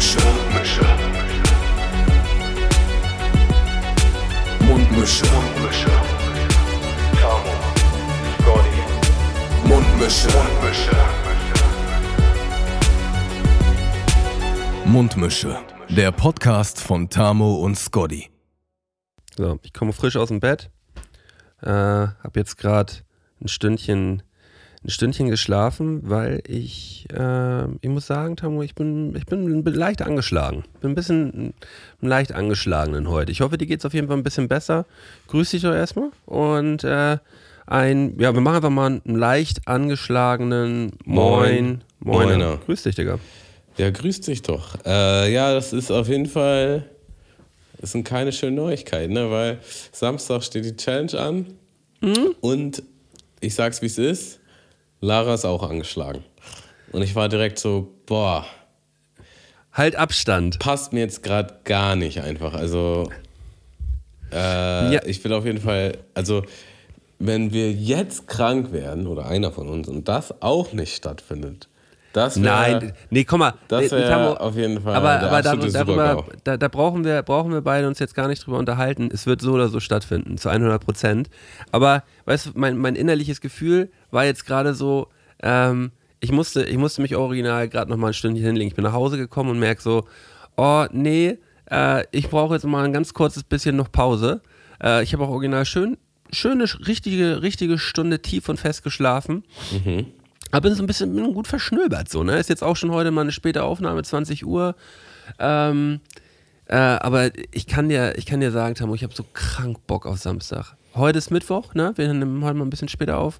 Mundmische. Mundmische. Tamo, Scotty. Mundmische. Mundmische. Der Podcast von Tamo und Scotty. So, ich komme frisch aus dem Bett, habe jetzt gerade ein Stündchen geschlafen, weil ich muss sagen, Tamo, ich bin leicht angeschlagen. Bin ein bisschen leicht angeschlagenen heute. Ich hoffe, dir geht's auf jeden Fall ein bisschen besser. Grüß dich doch erstmal und wir machen einfach mal einen leicht angeschlagenen Moin. Moiner. Grüß dich, Digga. Ja, grüß dich doch. Ja, das ist auf jeden Fall, das sind keine schönen Neuigkeiten, ne? Weil Samstag steht die Challenge an und ich sag's wie es ist, Lara ist auch angeschlagen. Und ich war direkt so, boah. Halt Abstand. Passt mir jetzt gerade gar nicht einfach. Also, Ich will auf jeden Fall, also, wenn wir jetzt krank werden, oder einer von uns, und das auch nicht stattfindet, das wäre... Nee, komm mal. Das wäre auf jeden Fall der absolute Super-GAU. Da brauchen wir beide uns jetzt gar nicht drüber unterhalten. Es wird so oder so stattfinden, zu 100%. Aber, weißt du, mein innerliches Gefühl war jetzt gerade so, ich musste mich original gerade noch mal ein Stündchen hinlegen. Ich bin nach Hause gekommen und merke so, oh nee, ich brauche jetzt mal ein ganz kurzes bisschen noch Pause. Ich habe auch original schöne, richtige Stunde tief und fest geschlafen. Aber bin so ein bisschen gut verschnöbert, so, ne? Ist jetzt auch schon heute mal eine späte Aufnahme, 20 Uhr. Aber ich kann dir sagen, Tamo, ich habe so krank Bock auf Samstag. Heute ist Mittwoch, ne? Wir nehmen heute mal ein bisschen später auf.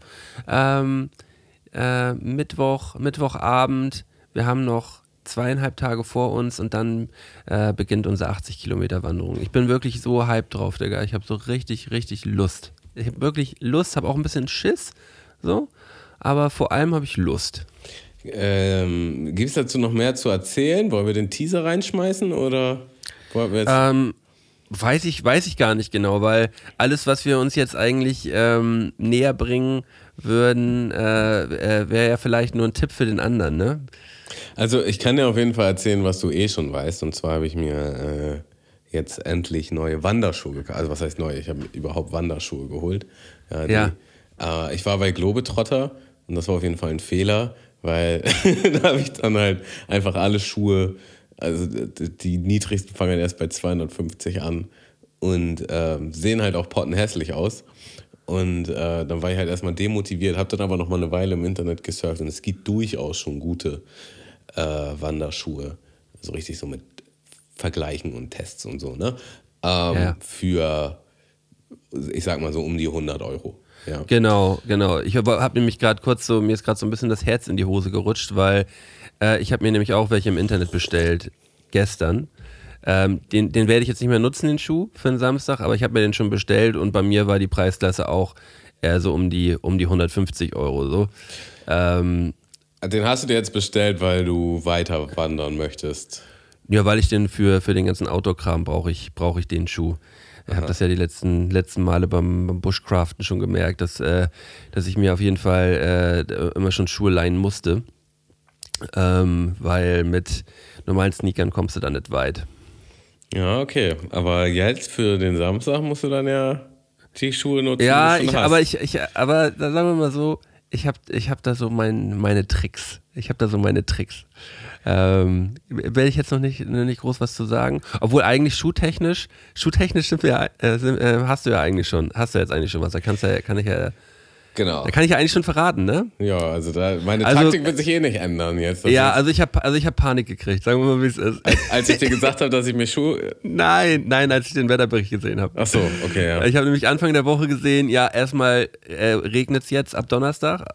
Mittwochabend, wir haben noch 2,5 Tage vor uns und dann beginnt unsere 80 Kilometer Wanderung. Ich bin wirklich so hyped drauf, Digga. Ich habe so richtig Lust. Ich habe wirklich Lust, habe auch ein bisschen Schiss, so. Aber vor allem habe ich Lust. Gibt es dazu noch mehr zu erzählen? Wollen wir den Teaser reinschmeißen oder wollen wir jetzt... Weiß ich gar nicht genau, weil alles, was wir uns jetzt eigentlich näher bringen würden, wäre ja vielleicht nur ein Tipp für den anderen, ne? Also ich kann dir auf jeden Fall erzählen, was du schon weißt. Und zwar habe ich mir jetzt endlich neue Wanderschuhe gekauft. Also was heißt neu? Ich habe überhaupt Wanderschuhe geholt. Ich war bei Globetrotter und das war auf jeden Fall ein Fehler, weil da habe ich dann halt einfach alle Schuhe, also die niedrigsten fangen erst bei 250 an und sehen halt auch pottenhässlich aus. Und dann war ich halt erstmal demotiviert, habe dann aber noch mal eine Weile im Internet gesurft und es gibt durchaus schon gute Wanderschuhe, so richtig so mit Vergleichen und Tests und so, ne? Für, ich sag mal so um die 100 Euro. Ja. Genau. Ich habe nämlich gerade mir ist gerade so ein bisschen das Herz in die Hose gerutscht, weil ich habe mir nämlich auch welche im Internet bestellt, gestern. Den werde ich jetzt nicht mehr nutzen, den Schuh, für den Samstag, aber ich habe mir den schon bestellt und bei mir war die Preisklasse auch eher so um die 150 Euro. So. Den hast du dir jetzt bestellt, weil du weiter wandern möchtest? Ja, weil ich den für den ganzen Outdoor-Kram brauche ich den Schuh. Ich habe das ja die letzten Male beim Bushcraften schon gemerkt, dass ich mir auf jeden Fall immer schon Schuhe leihen musste, weil mit normalen Sneakern kommst du da nicht weit. Ja, okay. Aber jetzt für den Samstag musst du dann ja die Schuhe nutzen, ja, die du schon hast. Aber da sagen wir mal so, ich hab da so meine Tricks. Werde ich jetzt noch nicht groß was zu sagen. Obwohl eigentlich schuhtechnisch sind wir, hast du ja eigentlich schon, hast du jetzt eigentlich schon was. Da kann ich ja eigentlich schon verraten, ne? Ja, also meine Taktik wird sich nicht ändern jetzt. Also ich hab Panik gekriegt, sagen wir mal, wie es ist. Als ich dir gesagt habe, dass ich mir Schuhe... Nein, als ich den Wetterbericht gesehen habe. Ach so, okay, ja. Ich habe nämlich Anfang der Woche gesehen, ja, erstmal regnet es jetzt ab Donnerstag,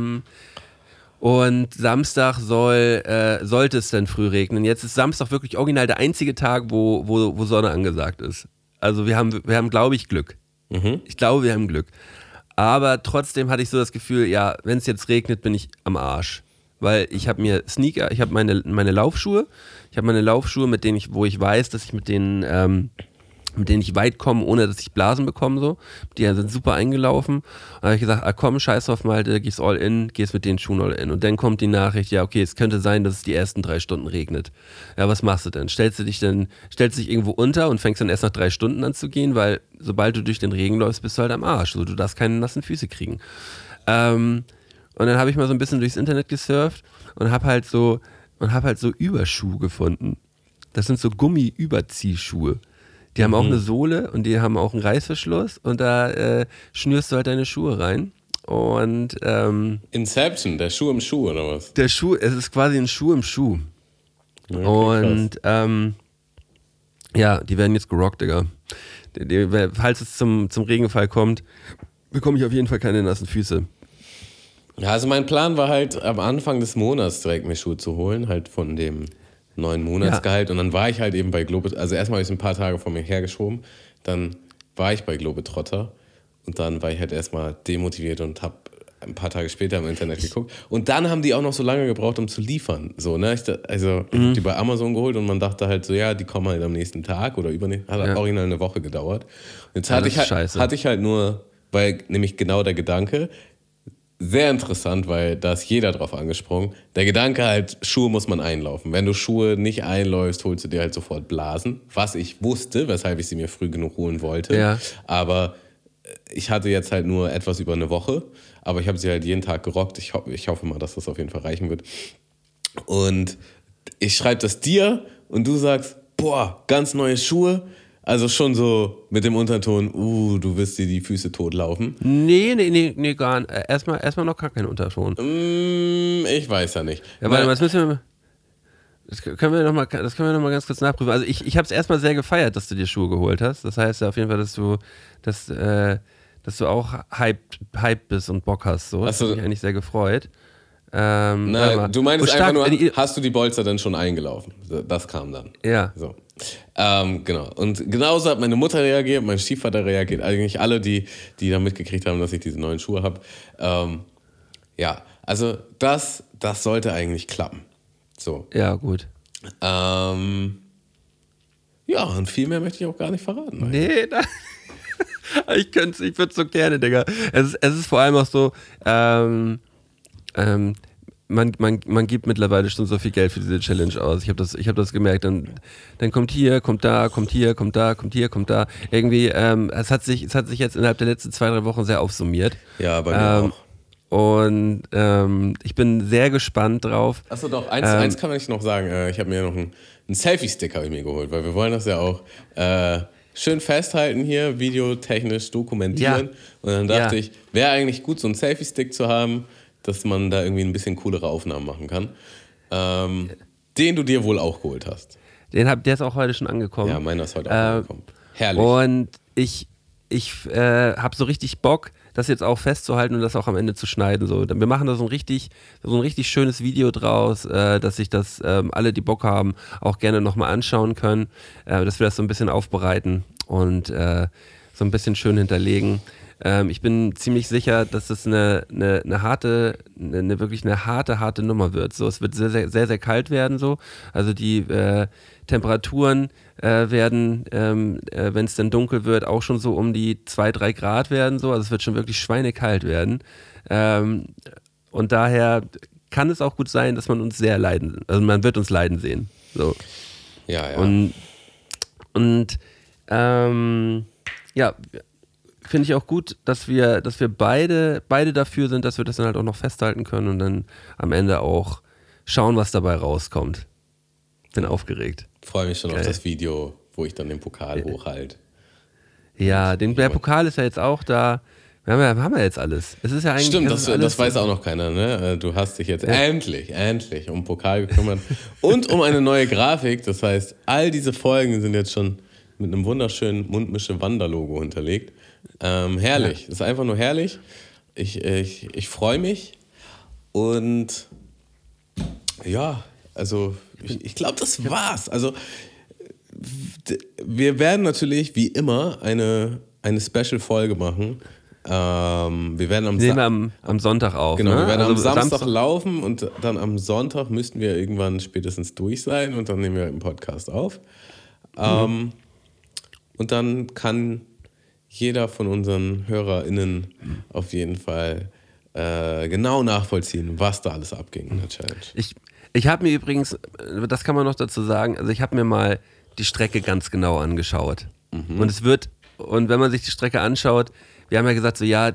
und Samstag sollte es dann früh regnen. Jetzt ist Samstag wirklich original der einzige Tag, wo Sonne angesagt ist. Also wir haben, glaube ich, Glück. Ich glaube, wir haben Glück. Aber trotzdem hatte ich so das Gefühl, ja, wenn es jetzt regnet, bin ich am Arsch. Weil ich habe mir Sneaker, ich habe meine Laufschuhe, mit denen wo ich weiß, dass ich mit denen mit denen ich weit komme, ohne dass ich Blasen bekomme, so. Die sind super eingelaufen. Und dann habe ich gesagt, komm, scheiß drauf, Malte, gehst all in, gehst mit den Schuhen all in. Und dann kommt die Nachricht, ja, okay, es könnte sein, dass es die ersten 3 Stunden regnet. Ja, was machst du denn? Stellst du dich irgendwo unter und fängst dann erst nach 3 Stunden an zu gehen, weil sobald du durch den Regen läufst, bist du halt am Arsch. So, du darfst keine nassen Füße kriegen. Und dann habe ich mal so ein bisschen durchs Internet gesurft und habe halt so Überschuhe gefunden. Das sind so Gummi-Überziehschuhe. Die haben auch eine Sohle und die haben auch einen Reißverschluss und da schnürst du halt deine Schuhe rein. Und Inception, der Schuh im Schuh oder was? es ist quasi ein Schuh im Schuh. Okay, und die werden jetzt gerockt, Digga. Falls es zum Regenfall kommt, bekomme ich auf jeden Fall keine nassen Füße. Ja, also mein Plan war halt am Anfang des Monats direkt mir Schuhe zu holen, halt von dem 9 Monatsgehalt. Und dann war ich halt eben bei Globetrotter. Also erstmal habe ich es ein paar Tage vor mir hergeschoben. Dann war ich bei Globetrotter. Und dann war ich halt erstmal demotiviert und habe ein paar Tage später im Internet geguckt. Und dann haben die auch noch so lange gebraucht, um zu liefern. So, ne? Ich habe die bei Amazon geholt und man dachte halt so, ja, die kommen halt am nächsten Tag oder übernächsten. Hat original eine Woche gedauert. Und jetzt hatte ich halt nur, weil nämlich genau der Gedanke, sehr interessant, weil da ist jeder drauf angesprungen. Der Gedanke halt, Schuhe muss man einlaufen. Wenn du Schuhe nicht einläufst, holst du dir halt sofort Blasen. Was ich wusste, weshalb ich sie mir früh genug holen wollte. Ja. Aber ich hatte jetzt halt nur etwas über eine Woche. Aber ich habe sie halt jeden Tag gerockt. Ich hoffe mal, dass das auf jeden Fall reichen wird. Und ich schreibe das dir und du sagst, boah, ganz neue Schuhe. Also schon so mit dem Unterton, du wirst dir die Füße totlaufen. Nee, gar nicht. Erstmal noch gar kein Unterton. Ich weiß ja nicht. Ja, warte mal, das können wir noch mal ganz kurz nachprüfen. Also ich habe es erstmal sehr gefeiert, dass du dir Schuhe geholt hast. Das heißt ja auf jeden Fall, dass du auch hyped bist und Bock hast. So. Das hat mich eigentlich sehr gefreut. Du meinst einfach nur, hast du die Bolzer dann schon eingelaufen? Das kam dann. Ja. So. Genau. Und genauso hat meine Mutter reagiert, mein Stiefvater reagiert, eigentlich alle, die da mitgekriegt haben, dass ich diese neuen Schuhe habe. Ja, also das sollte eigentlich klappen. So. Ja, gut. Ja, und viel mehr möchte ich auch gar nicht verraten. Eigentlich. Nee, ich würde so gerne, Digga. Es ist vor allem auch so, man gibt mittlerweile schon so viel Geld für diese Challenge aus. Ich hab das gemerkt. Dann kommt hier, kommt da, kommt hier, kommt da, kommt hier, kommt da. Irgendwie, es hat sich jetzt innerhalb der letzten 2-3 Wochen sehr aufsummiert. Ja, bei mir auch. Und ich bin sehr gespannt drauf. Achso, doch, eins kann ich noch sagen. Ich habe mir noch einen Selfie-Stick habe ich mir geholt, weil wir wollen das ja auch schön festhalten hier, videotechnisch dokumentieren. Ja. Und dann dachte ich, wäre eigentlich gut, so einen Selfie-Stick zu haben, dass man da irgendwie ein bisschen coolere Aufnahmen machen kann. Den du dir wohl auch geholt hast. Der ist auch heute schon angekommen. Ja, meiner ist heute auch angekommen. Herrlich. Und ich habe so richtig Bock, das jetzt auch festzuhalten und das auch am Ende zu schneiden. So. Wir machen da so ein richtig schönes Video draus, dass sich das alle, die Bock haben, auch gerne nochmal anschauen können, dass wir das so ein bisschen aufbereiten und so ein bisschen schön hinterlegen. Ich bin ziemlich sicher, dass es eine harte Nummer wird. So, es wird sehr, sehr, sehr, sehr kalt werden. So. Also die Temperaturen werden, wenn es dann dunkel wird, auch schon so um die 2-3 Grad werden. So. Also es wird schon wirklich schweinekalt werden. Und daher kann es auch gut sein, dass man uns man wird uns leiden sehen. So. Ja. Und finde ich auch gut, dass wir beide dafür sind, dass wir das dann halt auch noch festhalten können und dann am Ende auch schauen, was dabei rauskommt. Bin aufgeregt. Freue mich schon auf das Video, wo ich dann den Pokal hochhalte. Ja, der Pokal ist ja jetzt auch da. Wir haben ja jetzt alles. Es ist ja eigentlich. Stimmt, das weiß auch noch keiner, ne? Du hast dich jetzt endlich um Pokal gekümmert und um eine neue Grafik. Das heißt, all diese Folgen sind jetzt schon mit einem wunderschönen Mundmische-Wanderlogo hinterlegt. Herrlich, das ist einfach nur herrlich. Ich freue mich und ja, also ich glaube, das war's. Also wir werden natürlich wie immer eine Special-Folge machen. Wir werden am Sonntag auf. Genau, wir werden am Samstag laufen und dann am Sonntag müssten wir irgendwann spätestens durch sein und dann nehmen wir einen Podcast auf. und dann kann jeder von unseren HörerInnen auf jeden Fall genau nachvollziehen, was da alles abging in der Challenge. Ich habe mir übrigens, das kann man noch dazu sagen, also ich habe mir mal die Strecke ganz genau angeschaut. Und wenn man sich die Strecke anschaut, wir haben ja gesagt, so ja,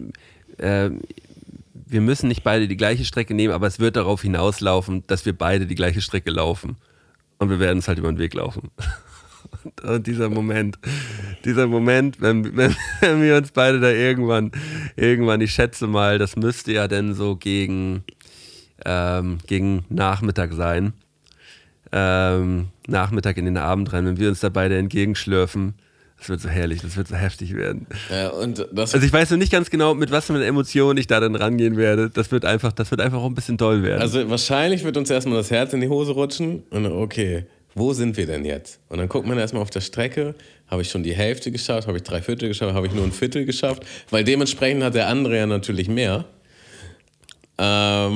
wir müssen nicht beide die gleiche Strecke nehmen, aber es wird darauf hinauslaufen, dass wir beide die gleiche Strecke laufen. Und wir werden es halt über den Weg laufen. Und dieser Moment, wenn wir uns beide da irgendwann, ich schätze mal, das müsste ja dann so gegen Nachmittag sein. Nachmittag in den Abend rein, wenn wir uns da beide entgegenschlürfen. Das wird so herrlich, das wird so heftig werden. Ja, und das Also ich weiß noch nicht ganz genau, mit was für einer Emotion ich da dann rangehen werde. Das wird einfach auch ein bisschen toll werden. Also wahrscheinlich wird uns erstmal das Herz in die Hose rutschen und dann, okay, wo sind wir denn jetzt? Und dann guckt man erstmal auf der Strecke, habe ich schon die Hälfte geschafft, habe ich 3/4 geschafft, habe ich nur 1/4 geschafft, weil dementsprechend hat der andere ja natürlich mehr. Ja.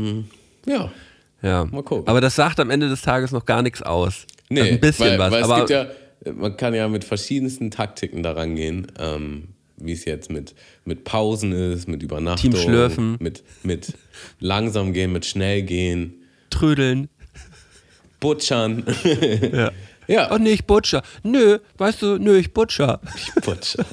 Mal gucken. Aber das sagt am Ende des Tages noch gar nichts aus. Nee, also ein bisschen weil was. Es aber gibt ja, man kann ja mit verschiedensten Taktiken da rangehen, wie es jetzt mit Pausen ist, mit Übernachtung, Teamschlürfen, mit langsam gehen, mit schnell gehen, Trödeln, Butschern. Ja. Ja. Oh nee, ich butcher. Nö, ich butcher. Ich butcher.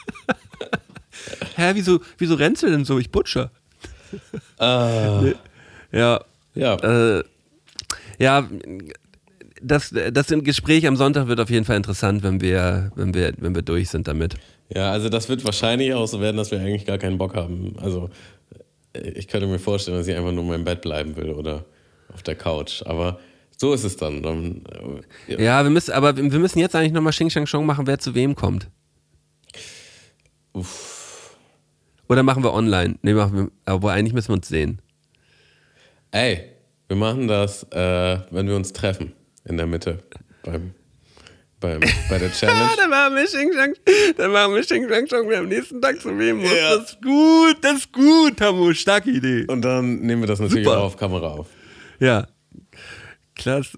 Hä, wieso rennst du denn so? Ich butcher. Nee. Ja. Ja. Ja, das im Gespräch am Sonntag wird auf jeden Fall interessant, wenn wir durch sind damit. Ja, also das wird wahrscheinlich auch so werden, dass wir eigentlich gar keinen Bock haben. Also ich könnte mir vorstellen, dass ich einfach nur in meinem Bett bleiben will oder auf der Couch. Aber so ist es dann. Ja, wir müssen jetzt eigentlich nochmal Xing Shang Chong machen, wer zu wem kommt. Uff. Oder machen wir online? Nee, aber eigentlich müssen wir uns sehen. Ey, wir machen das, wenn wir uns treffen. In der Mitte. Bei der Challenge. Dann machen wir Xing Shang Chong, wer am nächsten Tag zu wem muss. Ja. Das ist gut, Tamu, starke Idee. Und dann nehmen wir das natürlich Super. auch auf Kamera auf. Ja. Klasse.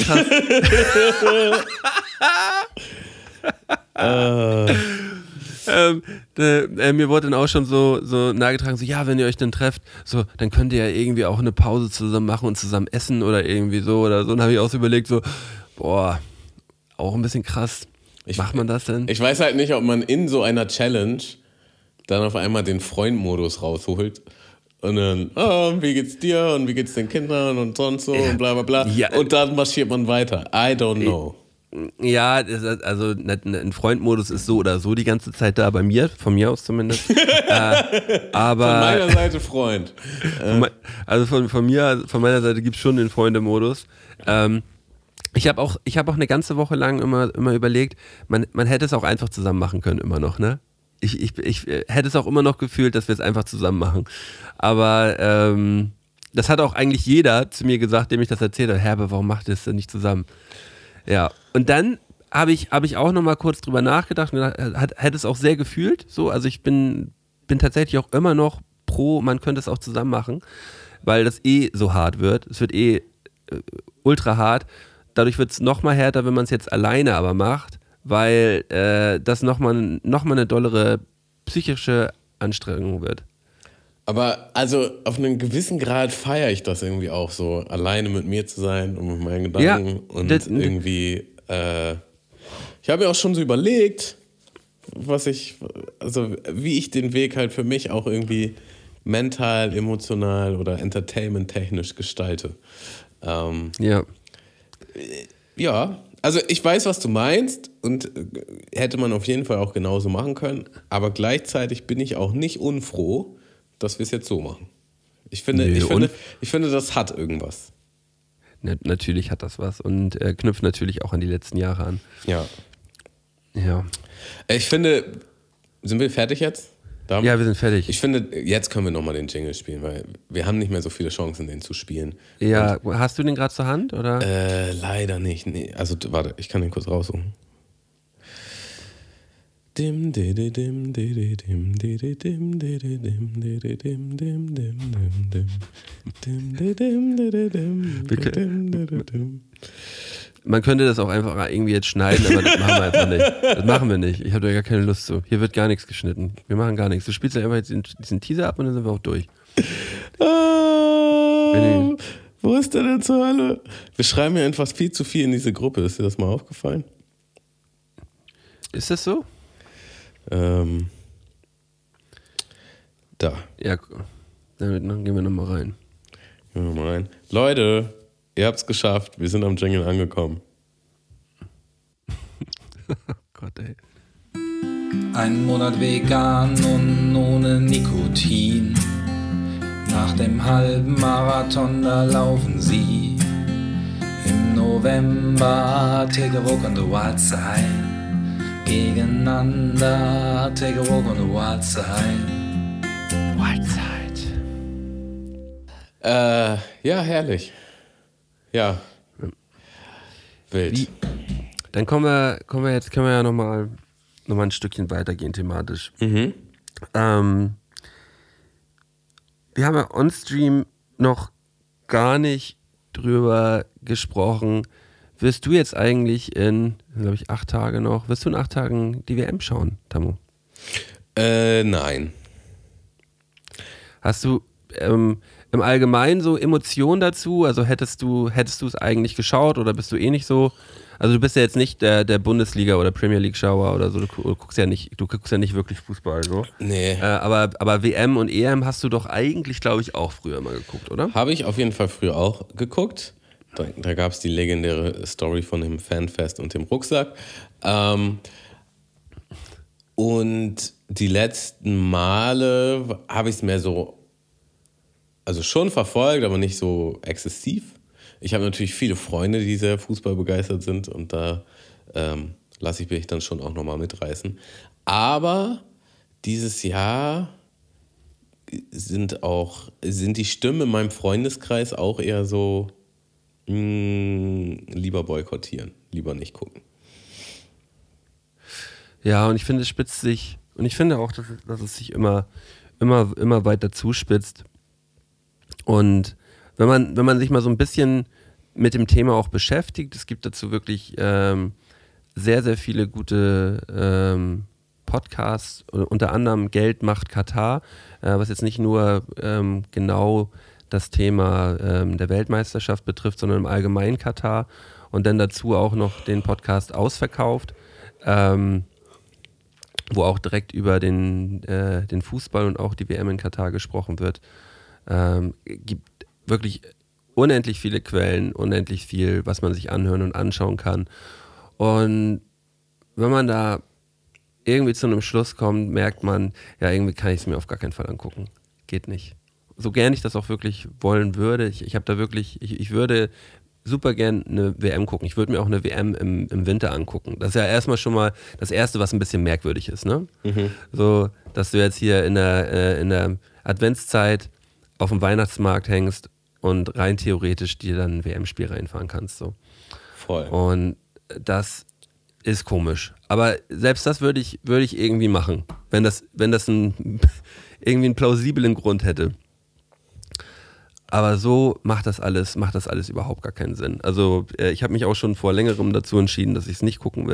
Mir wurde dann auch schon so nahegetragen, so ja, wenn ihr euch dann trefft, so, dann könnt ihr ja irgendwie auch eine Pause zusammen machen und zusammen essen oder irgendwie so oder so. Und habe ich auch so überlegt, so, boah, auch ein bisschen krass. Macht man das denn? Ich weiß halt nicht, ob man in so einer Challenge dann auf einmal den Freund-Modus rausholt und dann, wie geht's dir und wie geht's den Kindern und sonst so und bla bla bla. Ja. Und dann marschiert man weiter. I don't know. Ja, also ein Freund-Modus ist so oder so die ganze Zeit da, von mir aus zumindest. Aber Von meiner Seite Freund. Also von meiner Seite gibt es schon den Freunde-Modus. Ich habe auch eine ganze Woche lang immer überlegt, man hätte es auch einfach zusammen machen können, immer noch, ne? Ich hätte es auch immer noch gefühlt, dass wir es einfach zusammen machen. Aber das hat auch eigentlich jeder zu mir gesagt, dem ich das erzählt habe. Herbe, warum macht ihr das denn nicht zusammen? Ja, und dann habe ich auch nochmal kurz drüber nachgedacht und hätte es auch sehr gefühlt. So, also ich bin tatsächlich auch immer noch pro, man könnte es auch zusammen machen, weil das so hart wird. Es wird ultra hart. Dadurch wird es nochmal härter, wenn man es jetzt alleine aber macht, weil das nochmal eine dollere psychische Anstrengung wird. Aber also auf einen gewissen Grad feiere ich das irgendwie auch so, alleine mit mir zu sein und mit meinen Gedanken. Ja, und irgendwie, ich habe mir auch schon so überlegt, wie ich den Weg halt für mich auch irgendwie mental, emotional oder entertainment-technisch gestalte. Ja. Ja, also ich weiß, was du meinst und hätte man auf jeden Fall auch genauso machen können, aber gleichzeitig bin ich auch nicht unfroh, dass wir es jetzt so machen. Ich finde, das hat irgendwas. Natürlich hat das was und knüpft natürlich auch an die letzten Jahre an. Ja. Ja. Ich finde, sind wir fertig jetzt? Ja, wir sind fertig. Ich finde, jetzt können wir nochmal den Jingle spielen, weil wir haben nicht mehr so viele Chancen, den zu spielen. Ja, hast du den gerade zur Hand, oder? Leider nicht. Nee. Also, warte, ich kann den kurz raussuchen. Dim dim dim dim dim dim dim dim dim dim dim dim. Man könnte das auch einfach irgendwie jetzt schneiden, aber das machen wir einfach nicht. Das machen wir nicht. Ich habe da gar keine Lust zu. Hier wird gar nichts geschnitten. Wir machen gar nichts. Du spielst ja einfach jetzt diesen Teaser ab und dann sind wir auch durch. Wo ist der denn zur Hölle? Wir schreiben ja einfach viel zu viel in diese Gruppe. Ist dir das mal aufgefallen? Ist das so? Da. Ja, dann gehen wir nochmal rein. Leute, ihr habt's geschafft. Wir sind am Jingle angekommen. Oh Gott, ey. Ein Monat vegan und ohne Nikotin. Nach dem halben Marathon, da laufen sie. Im November, take a walk on the wild side. Gegeneinander, take a walk on the wild side. Wild Side. Ja, herrlich. Ja. Wild. Dann können wir ja nochmal ein Stückchen weitergehen thematisch. Mhm. Wir haben ja on-stream noch gar nicht drüber gesprochen. Wirst du jetzt eigentlich glaube ich, 8 Tage noch, wirst du in 8 Tagen die WM schauen, Tammo? Nein. Hast du im Allgemeinen so Emotionen dazu? Also hättest du es eigentlich geschaut oder bist du eh nicht so? Also du bist ja jetzt nicht der Bundesliga- oder Premier League-Schauer oder so, du guckst ja nicht wirklich Fußball so. Nee. Aber WM und EM hast du doch eigentlich, glaube ich, auch früher mal geguckt, oder? Habe ich auf jeden Fall früher auch geguckt. Da gab es die legendäre Story von dem Fanfest und dem Rucksack. Und die letzten Male habe ich es mehr so, also schon verfolgt, aber nicht so exzessiv. Ich habe natürlich viele Freunde, die sehr fußballbegeistert sind und da lasse ich mich dann schon auch nochmal mitreißen. Aber dieses Jahr sind die Stimmen in meinem Freundeskreis auch eher so, lieber boykottieren, lieber nicht gucken. Ja, und ich finde, es spitzt sich, und ich finde auch, dass es sich immer weiter zuspitzt. Und wenn man sich mal so ein bisschen mit dem Thema auch beschäftigt, es gibt dazu wirklich sehr, sehr viele gute Podcasts, unter anderem Geld macht Katar, was jetzt nicht nur genau das Thema der Weltmeisterschaft betrifft, sondern im Allgemeinen Katar, und dann dazu auch noch den Podcast Ausverkauft, wo auch direkt über den Fußball und auch die WM in Katar gesprochen wird. Gibt wirklich unendlich viele Quellen, unendlich viel, was man sich anhören und anschauen kann. Und wenn man da irgendwie zu einem Schluss kommt, merkt man, ja, irgendwie kann ich es mir auf gar keinen Fall angucken. Geht nicht. So gern ich das auch wirklich wollen würde, ich habe da wirklich, ich würde super gern eine WM gucken. Ich würde mir auch eine WM im Winter angucken. Das ist ja erstmal schon mal das Erste, was ein bisschen merkwürdig ist, ne? Mhm. So, dass du jetzt hier in der Adventszeit auf dem Weihnachtsmarkt hängst und rein theoretisch dir dann ein WM-Spiel reinfahren kannst. So. Voll. Und das ist komisch. Aber selbst das würde ich irgendwie machen, wenn das irgendwie einen plausiblen Grund hätte. Aber so macht das alles überhaupt gar keinen Sinn. Also ich habe mich auch schon vor längerem dazu entschieden, dass ich es nicht gucken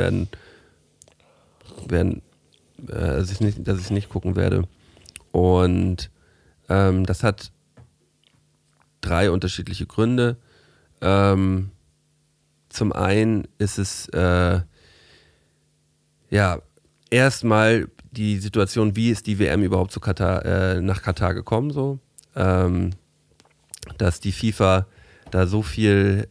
dass ich es nicht gucken werde. Und das hat 3 unterschiedliche Gründe. Zum einen ist es erstmal die Situation, wie ist die WM überhaupt nach Katar gekommen, so. Dass die FIFA da so viel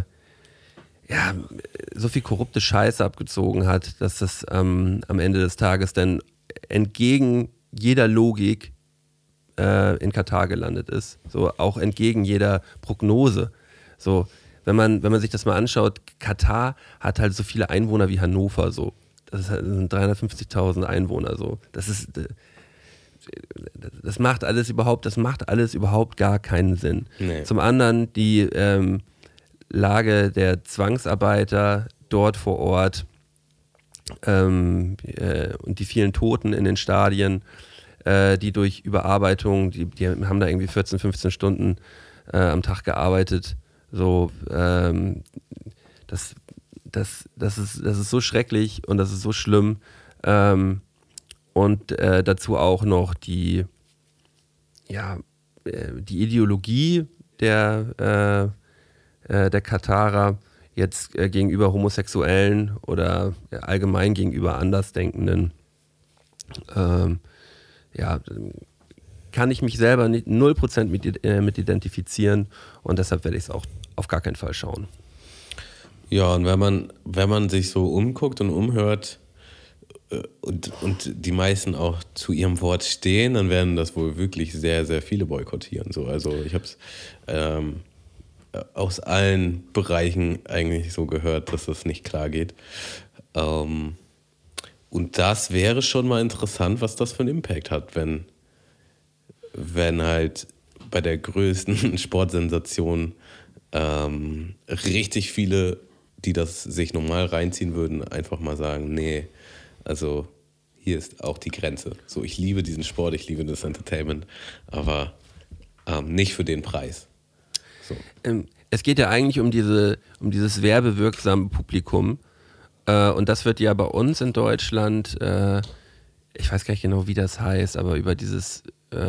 korrupte Scheiße abgezogen hat, dass das am Ende des Tages dann entgegen jeder Logik in Katar gelandet ist. So auch entgegen jeder Prognose. So, wenn man sich das mal anschaut, Katar hat halt so viele Einwohner wie Hannover, so. Das sind 350.000 Einwohner, so. Das macht alles überhaupt gar keinen Sinn. Nee. Zum anderen die Lage der Zwangsarbeiter dort vor Ort und die vielen Toten in den Stadien, die durch Überarbeitung, die haben da irgendwie 14, 15 Stunden am Tag gearbeitet. So, das das ist so schrecklich und das ist so schlimm. Und dazu auch noch die Ideologie der Katarer jetzt gegenüber Homosexuellen oder allgemein gegenüber Andersdenkenden, kann ich mich selber 0% mit identifizieren und deshalb werde ich es auch auf gar keinen Fall schauen. Ja, und wenn man sich so umguckt und umhört und die meisten auch zu ihrem Wort stehen, dann werden das wohl wirklich sehr, sehr viele boykottieren. So, also ich habe es aus allen Bereichen eigentlich so gehört, dass das nicht klar geht. Und das wäre schon mal interessant, was das für einen Impact hat, wenn halt bei der größten Sportsensation richtig viele, die das sich normal reinziehen würden, einfach mal sagen, nee, also hier ist auch die Grenze. So, ich liebe diesen Sport, ich liebe das Entertainment, aber nicht für den Preis. So. Es geht ja eigentlich um dieses werbewirksame Publikum und das wird ja bei uns in Deutschland, ich weiß gar nicht genau, wie das heißt, aber über dieses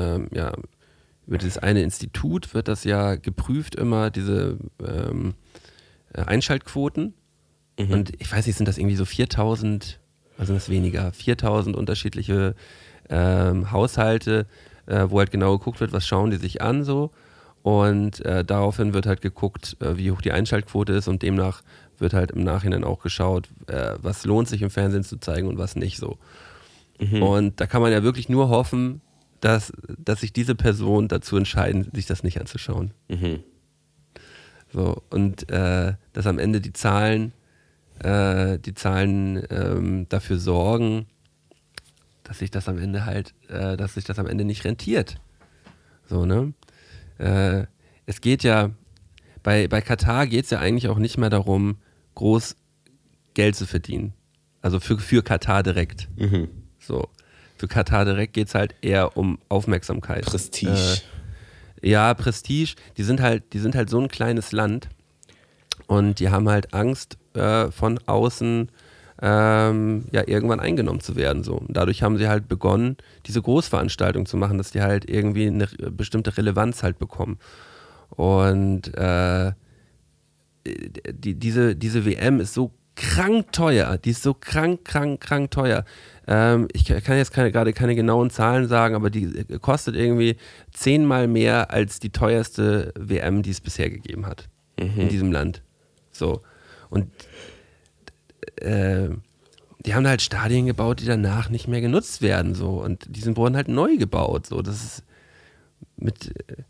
eine Institut wird das ja geprüft immer, diese Einschaltquoten. Und ich weiß nicht, sind das irgendwie so 4.000, also sind das weniger, 4.000 unterschiedliche Haushalte, wo halt genau geguckt wird, was schauen die sich an so. Und daraufhin wird halt geguckt, wie hoch die Einschaltquote ist und demnach wird halt im Nachhinein auch geschaut, was lohnt sich im Fernsehen zu zeigen und was nicht so. Und da kann man ja wirklich nur hoffen, dass sich diese Person dazu entscheiden, sich das nicht anzuschauen. So, und dass am Ende die Zahlen dafür sorgen, dass sich das am Ende nicht rentiert. So, ne? Es geht ja, bei Katar geht es ja eigentlich auch nicht mehr darum, groß Geld zu verdienen. Also für Katar direkt. So. Für Katar direkt geht es halt eher um Aufmerksamkeit. Prestige. Prestige. Die sind halt so ein kleines Land und die haben halt Angst, von außen irgendwann eingenommen zu werden. So. Und dadurch haben sie halt begonnen, diese Großveranstaltung zu machen, dass die halt irgendwie eine bestimmte Relevanz halt bekommen. Und diese WM ist so krank teuer. Die ist so krank teuer. Ich kann jetzt gerade keine genauen Zahlen sagen, aber die kostet irgendwie 10-mal mehr als die teuerste WM, die es bisher gegeben hat in diesem Land. So. Und die haben halt Stadien gebaut, die danach nicht mehr genutzt werden. So. Und die wurden halt neu gebaut. So. Das ist mit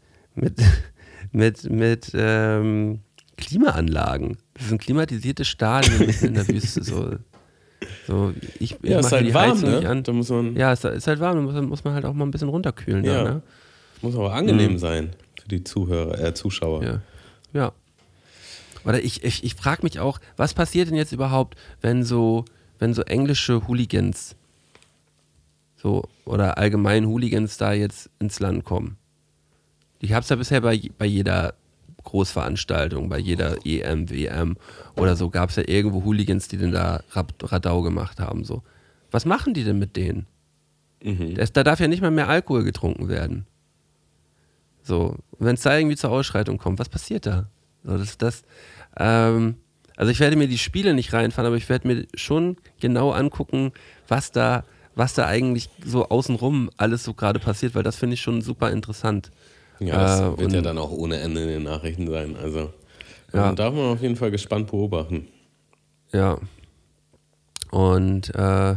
Klimaanlagen. Das sind klimatisierte Stadien mitten in der Wüste. So, ich Ja, ist mache halt die warm, Heizung ne? nicht an. Da muss man, Ja, ist halt warm. Da muss man halt auch mal ein bisschen runterkühlen. ja, Da, ne? muss aber angenehm sein für die Zuschauer. Ja. Oder ich frage mich auch, was passiert denn jetzt überhaupt, wenn so englische Hooligans oder allgemein Hooligans da jetzt ins Land kommen? Ich habe es ja bisher bei jeder Großveranstaltung, bei jeder EM, WM oder so, gab es ja irgendwo Hooligans, die denn da Radau gemacht haben. So. Was machen die denn mit denen? Da darf ja nicht mal mehr Alkohol getrunken werden. So, wenn es da irgendwie zur Ausschreitung kommt, was passiert da? So, also ich werde mir die Spiele nicht reinfahren, aber ich werde mir schon genau angucken, was da eigentlich so außenrum alles so gerade passiert, weil das finde ich schon super interessant. Ja, das wird ja dann auch ohne Ende in den Nachrichten sein. Also darf man auf jeden Fall gespannt beobachten. Ja. Und bei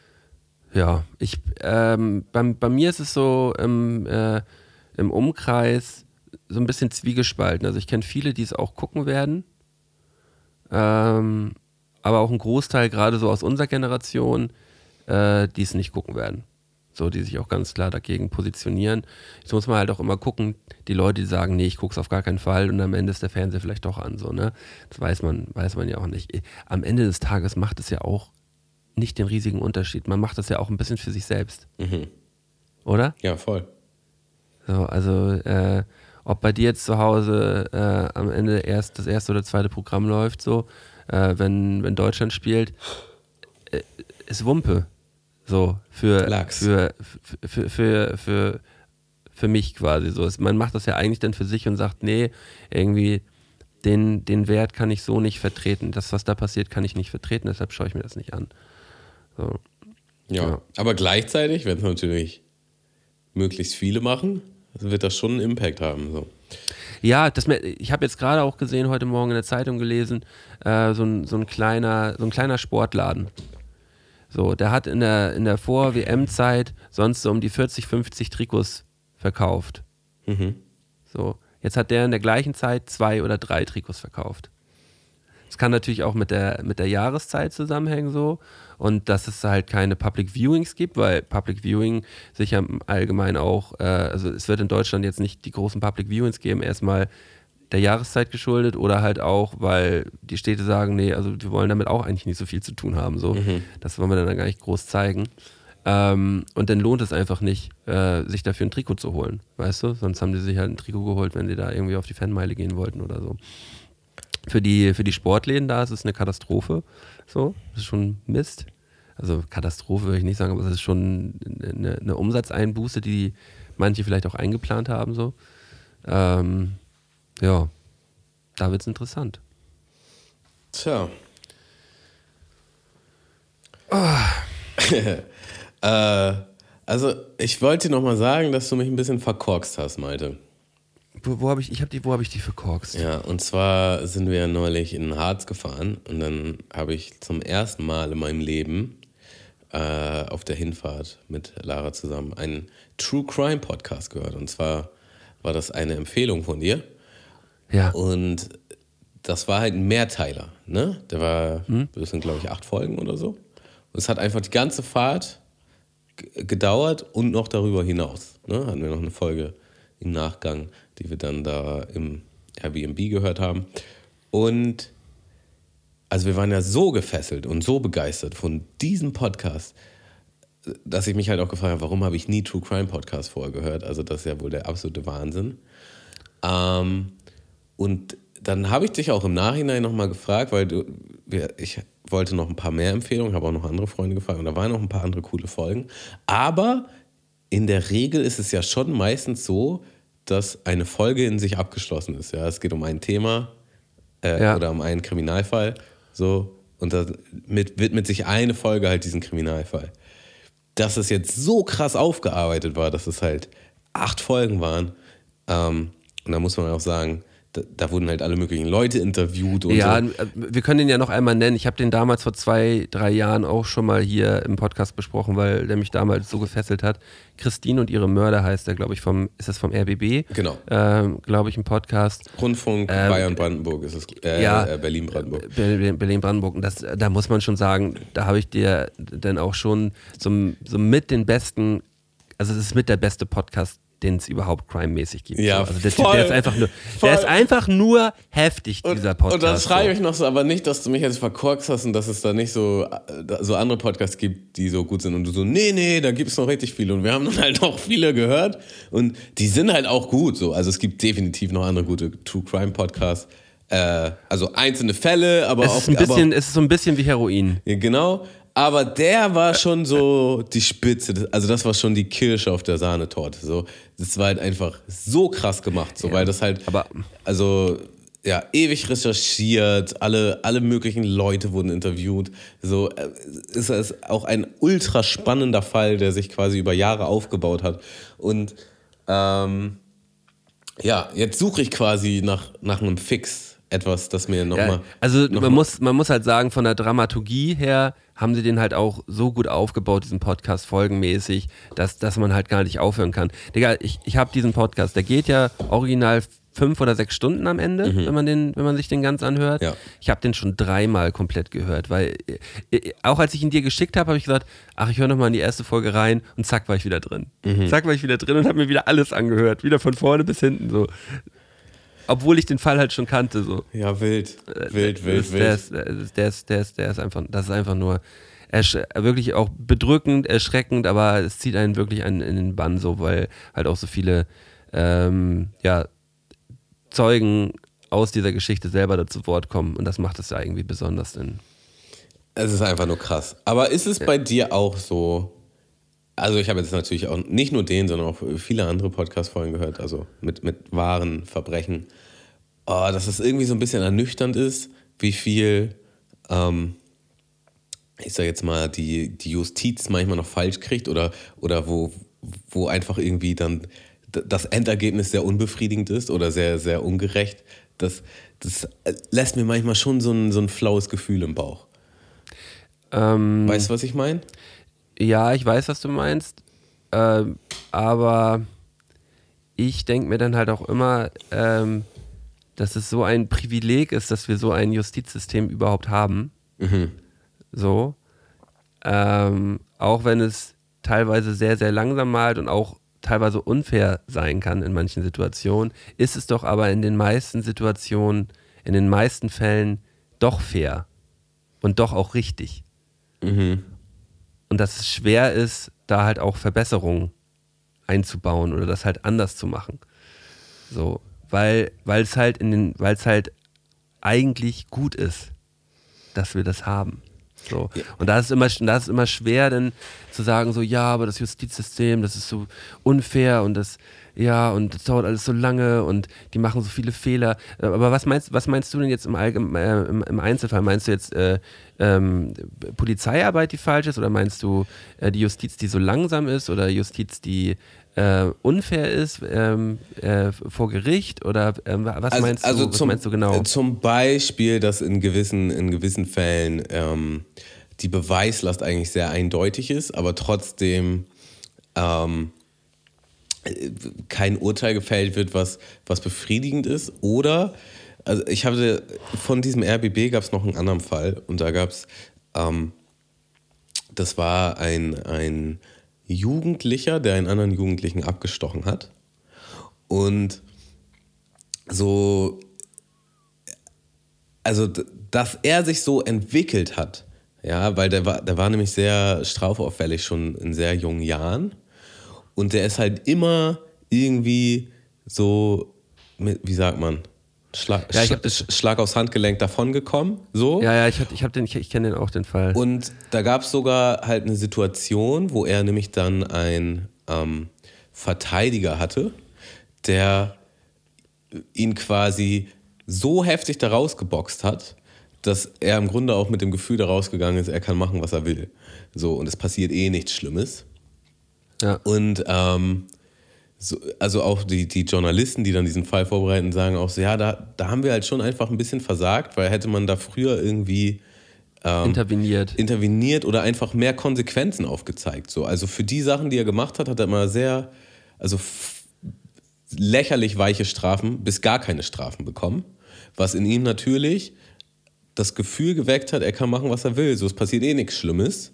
mir ist es so im Umkreis so ein bisschen zwiegespalten. Also ich kenne viele, die es auch gucken werden. Aber auch ein Großteil, gerade so aus unserer Generation, die es nicht gucken werden. So, die sich auch ganz klar dagegen positionieren. Jetzt muss man halt auch immer gucken, die Leute, die sagen, nee, ich gucke es auf gar keinen Fall und am Ende ist der Fernseher vielleicht doch an. So, ne? Das weiß man ja auch nicht. Am Ende des Tages macht es ja auch nicht den riesigen Unterschied. Man macht das ja auch ein bisschen für sich selbst. Oder? Ja, voll. So, also ob bei dir jetzt zu Hause am Ende erst das erste oder zweite Programm läuft, so, wenn Deutschland spielt, ist Wumpe. So, für mich quasi so. Man macht das ja eigentlich dann für sich und sagt, nee, irgendwie den Wert kann ich so nicht vertreten. Das, was da passiert, kann ich nicht vertreten, deshalb schaue ich mir das nicht an. So. Ja, aber gleichzeitig, wenn es natürlich möglichst viele machen, wird das schon einen Impact haben. So. Ja, ich habe jetzt gerade auch gesehen, heute Morgen in der Zeitung gelesen, so ein kleiner Sportladen. So, der hat in der Vor-WM-Zeit sonst so um die 40, 50 Trikots verkauft. So, jetzt hat der in der gleichen Zeit 2 oder 3 Trikots verkauft. Das kann natürlich auch mit der Jahreszeit zusammenhängen so und dass es halt keine Public Viewings gibt, weil Public Viewing sich ja allgemein auch, also es wird in Deutschland jetzt nicht die großen Public Viewings geben, erstmal der Jahreszeit geschuldet oder halt auch, weil die Städte sagen, nee, also wir wollen damit auch eigentlich nicht so viel zu tun haben, so. Das wollen wir dann gar nicht groß zeigen. Und dann lohnt es einfach nicht, sich dafür ein Trikot zu holen, weißt du? Sonst haben die sich halt ein Trikot geholt, wenn die da irgendwie auf die Fanmeile gehen wollten oder so. Für die Sportläden da ist es eine Katastrophe. So, das ist schon Mist. Also Katastrophe würde ich nicht sagen, aber es ist schon eine Umsatzeinbuße, die manche vielleicht auch eingeplant haben. So. Ja, da wird es interessant. Tja. Also ich wollte dir nochmal sagen, dass du mich ein bisschen verkorkst hast, Malte. Wo habe ich die verkorkst? Ja, und zwar sind wir ja neulich in den Harz gefahren und dann habe ich zum ersten Mal in meinem Leben auf der Hinfahrt mit Lara zusammen einen True Crime Podcast gehört. Und zwar war das eine Empfehlung von dir. Ja. Und das war halt ein Mehrteiler, ne? Das sind glaube ich 8 Folgen oder so. Und es hat einfach die ganze Fahrt gedauert und noch darüber hinaus. Ne? Hatten wir noch eine Folge im Nachgang, die wir dann da im Airbnb gehört haben. Und also wir waren ja so gefesselt und so begeistert von diesem Podcast, dass ich mich halt auch gefragt habe, warum habe ich nie True Crime Podcast vorher gehört? Also das ist ja wohl der absolute Wahnsinn. Und dann habe ich dich auch im Nachhinein nochmal gefragt, weil ich wollte noch ein paar mehr Empfehlungen, habe auch noch andere Freunde gefragt und da waren noch ein paar andere coole Folgen. Aber in der Regel ist es ja schon meistens so, dass eine Folge in sich abgeschlossen ist. Ja? Es geht um ein Thema oder um einen Kriminalfall. So, und da widmet sich eine Folge halt diesen Kriminalfall. Dass es jetzt so krass aufgearbeitet war, dass es halt 8 Folgen waren. Und da muss man auch sagen, da wurden halt alle möglichen Leute interviewt und ja, so. Wir können den ja noch einmal nennen. Ich habe den damals vor 2-3 Jahren auch schon mal hier im Podcast besprochen, weil der mich damals so gefesselt hat. Christine und ihre Mörder heißt der, glaube ich, ist das vom RBB? Genau. Glaube ich, ein Podcast. Rundfunk Bayern-Brandenburg ist es, Berlin-Brandenburg. Berlin-Brandenburg. Und da muss man schon sagen, da habe ich dir dann auch schon so mit den besten, also es ist mit der beste Podcast, den es überhaupt crime-mäßig gibt. Ja, also der ist einfach nur heftig, dieser Podcast. Und dann schreibe ich noch so, aber nicht, dass du mich jetzt verkorkst hast und dass es da nicht so andere Podcasts gibt, die so gut sind und du so, nee, da gibt es noch richtig viele und wir haben dann halt auch viele gehört und die sind halt auch gut. So. Also es gibt definitiv noch andere gute True-Crime-Podcasts. Also einzelne Fälle, aber es ist so ein bisschen wie Heroin. Ja, genau. Aber der war schon so die Spitze, also das war schon die Kirsche auf der Sahnetorte. So, das war halt einfach so krass gemacht, so, weil das halt, ewig recherchiert, alle möglichen Leute wurden interviewt. So, ist es auch ein ultra spannender Fall, der sich quasi über Jahre aufgebaut hat. Und jetzt suche ich quasi nach einem Fix. Etwas, das mir nochmal... Also man muss halt sagen, von der Dramaturgie her haben sie den halt auch so gut aufgebaut, diesen Podcast folgenmäßig, dass man halt gar nicht aufhören kann. Digga, ich habe diesen Podcast, der geht ja original 5 oder 6 Stunden am Ende, wenn man sich den ganz anhört. Ja. Ich habe den schon 3-mal komplett gehört, weil auch als ich ihn dir geschickt habe ich gesagt, ach, ich höre nochmal in die erste Folge rein und zack, war ich wieder drin. Zack, war ich wieder drin und habe mir wieder alles angehört, wieder von vorne bis hinten so. Obwohl ich den Fall halt schon kannte. So. Ja, wild. Das ist einfach nur wirklich auch bedrückend, erschreckend, aber es zieht einen wirklich in den Bann, so, weil halt auch so viele Zeugen aus dieser Geschichte selber dazu Wort kommen und das macht es ja irgendwie besonders. Es ist einfach nur krass. Aber ist es bei dir auch so, also ich habe jetzt natürlich auch nicht nur den, sondern auch viele andere Podcast-Folgen gehört, also mit wahren Verbrechen, dass es irgendwie so ein bisschen ernüchternd ist, wie viel, ich sag jetzt mal, die Justiz manchmal noch falsch kriegt oder wo einfach irgendwie dann das Endergebnis sehr unbefriedigend ist oder sehr, sehr ungerecht. Das lässt mir manchmal schon so ein flaues Gefühl im Bauch. Weißt du, was ich meine? Ja, ich weiß, was du meinst, aber ich denke mir dann halt auch immer, dass es so ein Privileg ist, dass wir so ein Justizsystem überhaupt haben. Mhm. So. Auch wenn es teilweise sehr, sehr langsam malt und auch teilweise unfair sein kann in manchen Situationen, ist es doch aber in den meisten Situationen, in den meisten Fällen doch fair und doch auch richtig. Mhm. Und dass es schwer ist, da halt auch Verbesserungen einzubauen oder das halt anders zu machen. So, weil es halt eigentlich gut ist, dass wir das haben. So. Ja. Und da ist immer schwer, dann zu sagen, so, ja, aber das Justizsystem, das ist so unfair und das dauert alles so lange und die machen so viele Fehler. Aber was meinst du denn jetzt im Einzelfall? Meinst du jetzt Polizeiarbeit, die falsch ist, oder meinst du die Justiz, die so langsam ist, oder Justiz, die unfair ist vor Gericht, oder was meinst du genau? Zum Beispiel, dass in gewissen Fällen die Beweislast eigentlich sehr eindeutig ist, aber trotzdem kein Urteil gefällt wird, was befriedigend ist. Oder, also ich hatte von diesem RBB gab es noch einen anderen Fall, und da gab es, das war ein Jugendlicher, der einen anderen Jugendlichen abgestochen hat. Und so, also dass er sich so entwickelt hat, ja, weil der war nämlich sehr strafauffällig schon in sehr jungen Jahren. Und der ist halt immer irgendwie so, wie sagt man, Schlag aufs Handgelenk davongekommen. So. Ja, ich kenne den auch, den Fall. Und da gab es sogar halt eine Situation, wo er nämlich dann einen Verteidiger hatte, der ihn quasi so heftig da rausgeboxt hat, dass er im Grunde auch mit dem Gefühl da rausgegangen ist, er kann machen, was er will. So, und es passiert nichts Schlimmes. Ja. Und also auch die Journalisten, die dann diesen Fall vorbereiten, sagen auch so, ja, da haben wir halt schon einfach ein bisschen versagt, weil hätte man da früher irgendwie interveniert oder einfach mehr Konsequenzen aufgezeigt. So. Also für die Sachen, die er gemacht hat er immer sehr, lächerlich weiche Strafen bis gar keine Strafen bekommen, was in ihm natürlich das Gefühl geweckt hat, er kann machen, was er will. So, es passiert nichts Schlimmes.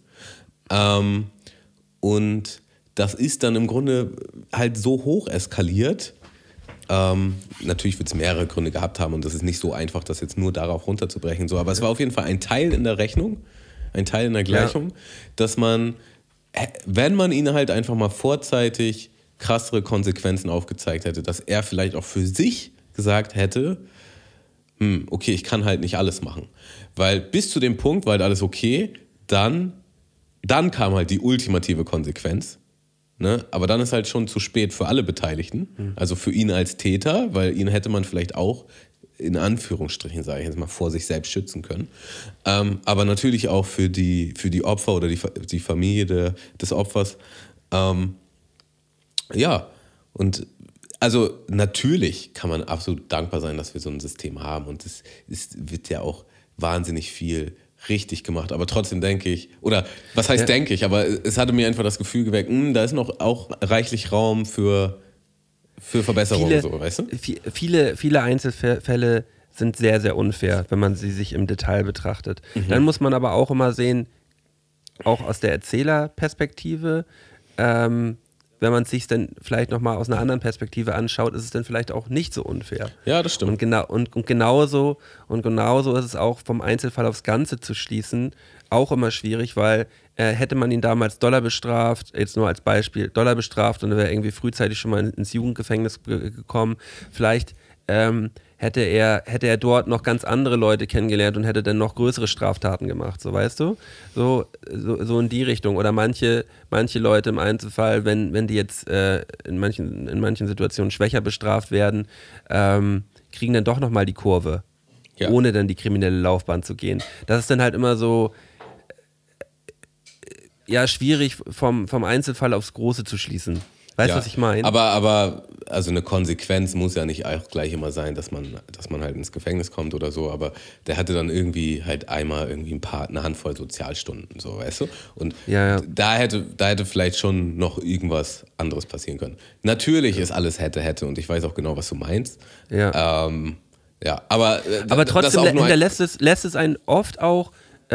Und das ist dann im Grunde halt so hoch eskaliert. Natürlich wird es mehrere Gründe gehabt haben und das ist nicht so einfach, das jetzt nur darauf runterzubrechen. So. Aber es war auf jeden Fall ein Teil in der Rechnung, ein Teil in der Gleichung, dass man, wenn man ihn halt einfach mal vorzeitig krassere Konsequenzen aufgezeigt hätte, dass er vielleicht auch für sich gesagt hätte, okay, ich kann halt nicht alles machen. Weil bis zu dem Punkt war halt alles okay, dann kam halt die ultimative Konsequenz. Ne? Aber dann ist halt schon zu spät für alle Beteiligten. Also für ihn als Täter, weil ihn hätte man vielleicht auch, in Anführungsstrichen sage ich jetzt mal, vor sich selbst schützen können. Aber natürlich auch für die Opfer oder die Familie des Opfers. Ja, und also natürlich kann man absolut dankbar sein, dass wir so ein System haben, und es wird ja auch wahnsinnig viel richtig gemacht, aber trotzdem denke ich, oder was heißt denke ich, aber es hatte mir einfach das Gefühl geweckt, da ist noch auch reichlich Raum für Verbesserungen, so, weißt du? Viele Einzelfälle sind sehr, sehr unfair, wenn man sie sich im Detail betrachtet. Dann muss man aber auch immer sehen, auch aus der Erzählerperspektive, wenn man es sich dann vielleicht nochmal aus einer anderen Perspektive anschaut, ist es dann vielleicht auch nicht so unfair. Ja, das stimmt. Und genauso ist es auch vom Einzelfall aufs Ganze zu schließen, auch immer schwierig, weil hätte man ihn damals Dollar bestraft, jetzt nur als Beispiel, Dollar bestraft, und er wäre irgendwie frühzeitig schon mal ins Jugendgefängnis gekommen, vielleicht hätte hätte er dort noch ganz andere Leute kennengelernt und hätte dann noch größere Straftaten gemacht, so weißt du? So in die Richtung. Oder manche Leute im Einzelfall, wenn die jetzt in manchen Situationen schwächer bestraft werden, kriegen dann doch nochmal die Kurve, ohne dann die kriminelle Laufbahn zu gehen. Das ist dann halt immer so schwierig vom Einzelfall aufs Große zu schließen. Weißt du, was ich meine? Aber also eine Konsequenz muss ja nicht auch gleich immer sein, dass man halt ins Gefängnis kommt oder so, aber der hatte dann irgendwie halt einmal irgendwie eine Handvoll Sozialstunden, so, weißt du? Und da hätte vielleicht schon noch irgendwas anderes passieren können. Natürlich ist alles hätte und ich weiß auch genau, was du meinst. Ja. Aber trotzdem lässt es einen oft auch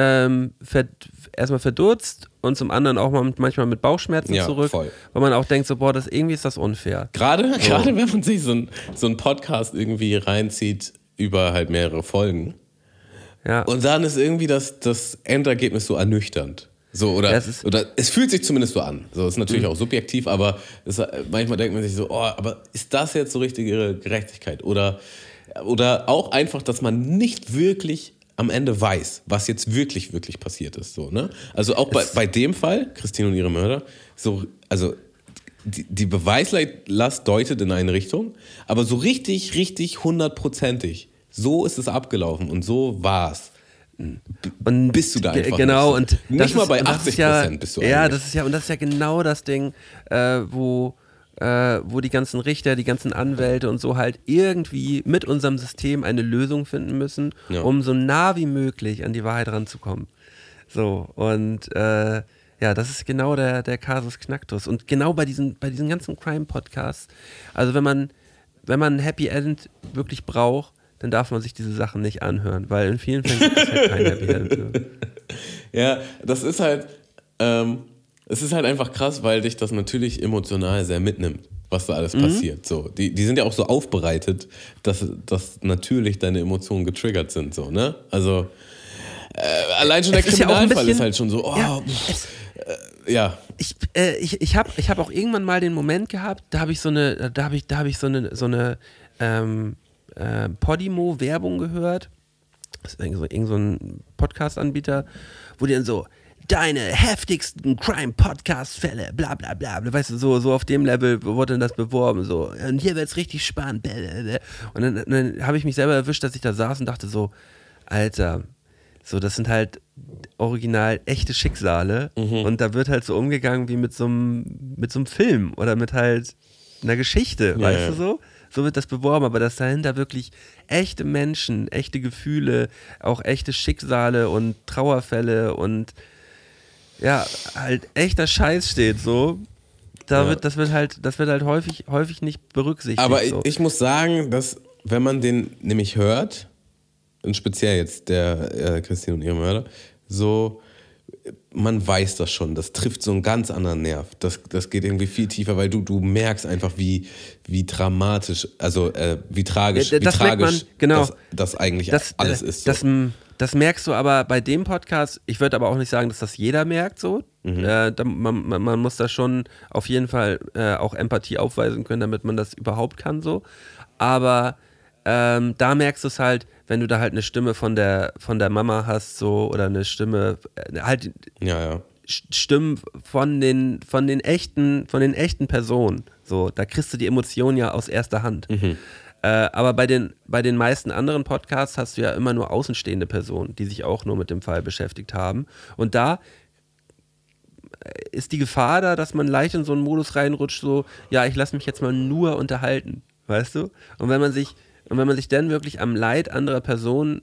erstmal verdutzt und zum anderen auch manchmal mit Bauchschmerzen zurück, voll. weil man auch denkt, so, irgendwie ist das unfair. Gerade wenn man sich so einen Podcast irgendwie reinzieht über halt mehrere Folgen und dann ist irgendwie das Endergebnis so ernüchternd. So, oder es fühlt sich zumindest so an. So, ist natürlich auch subjektiv, aber manchmal denkt man sich so, aber ist das jetzt so richtige Gerechtigkeit? Oder auch einfach, dass man nicht wirklich am Ende weiß, was jetzt wirklich, wirklich passiert ist. So, ne? Also auch bei dem Fall, Christine und ihre Mörder, so, also die Beweislast deutet in eine Richtung, aber so richtig, richtig 100%ig. So ist es abgelaufen und so war's. Und bist du da einfach genau, nicht. Und nicht mal bei 80% bist du eigentlich. Ja, das ist ja genau das Ding, wo die ganzen Richter, die ganzen Anwälte und so halt irgendwie mit unserem System eine Lösung finden müssen, um so nah wie möglich an die Wahrheit ranzukommen. So, und das ist genau der Kasus Knacktus. Und genau bei diesen ganzen Crime-Podcasts, also wenn man ein Happy End wirklich braucht, dann darf man sich diese Sachen nicht anhören, weil in vielen Fällen gibt es halt kein Happy End. Ja, das ist halt es ist halt einfach krass, weil dich das natürlich emotional sehr mitnimmt, was da alles passiert. So, die sind ja auch so aufbereitet, dass natürlich deine Emotionen getriggert sind. So, ne? Also allein schon der Kriminalfall ist halt schon so, Ich hab auch irgendwann mal den Moment gehabt, da habe ich so eine Podimo-Werbung gehört. Das ist irgend so ein Podcast-Anbieter, wo die dann so deine heftigsten Crime-Podcast-Fälle, bla bla bla, weißt du, so auf dem Level wurde dann das beworben, so, und hier wird's richtig spannend, blablabla. Und dann habe ich mich selber erwischt, dass ich da saß und dachte so, Alter, so, das sind halt original echte Schicksale und da wird halt so umgegangen wie mit so einem Film oder mit halt einer Geschichte, weißt du so? So wird das beworben, aber dass dahinter wirklich echte Menschen, echte Gefühle, auch echte Schicksale und Trauerfälle und halt echter Scheiß steht, so. Das wird halt häufig nicht berücksichtigt. Aber so. ich muss sagen, dass, wenn man den nämlich hört, und speziell jetzt der Christine und ihre Mörder, so, man weiß das schon, das trifft so einen ganz anderen Nerv. Das geht irgendwie viel tiefer, weil du merkst einfach, wie dramatisch, also wie tragisch, das eigentlich alles ist. So. Das merkst du aber bei dem Podcast, ich würde aber auch nicht sagen, dass das jeder merkt so. Man muss da schon auf jeden Fall auch Empathie aufweisen können, damit man das überhaupt kann so. Aber da merkst du es halt, wenn du da halt eine Stimme von der Mama hast so oder eine Stimme halt Stimmen von den echten Personen so, da kriegst du die Emotionen ja aus erster Hand. Aber bei den meisten anderen Podcasts hast du ja immer nur außenstehende Personen, die sich auch nur mit dem Fall beschäftigt haben. Und da ist die Gefahr da, dass man leicht in so einen Modus reinrutscht, so, ja, ich lasse mich jetzt mal nur unterhalten, weißt du? Und wenn man sich dann wirklich vom Leid anderer Personen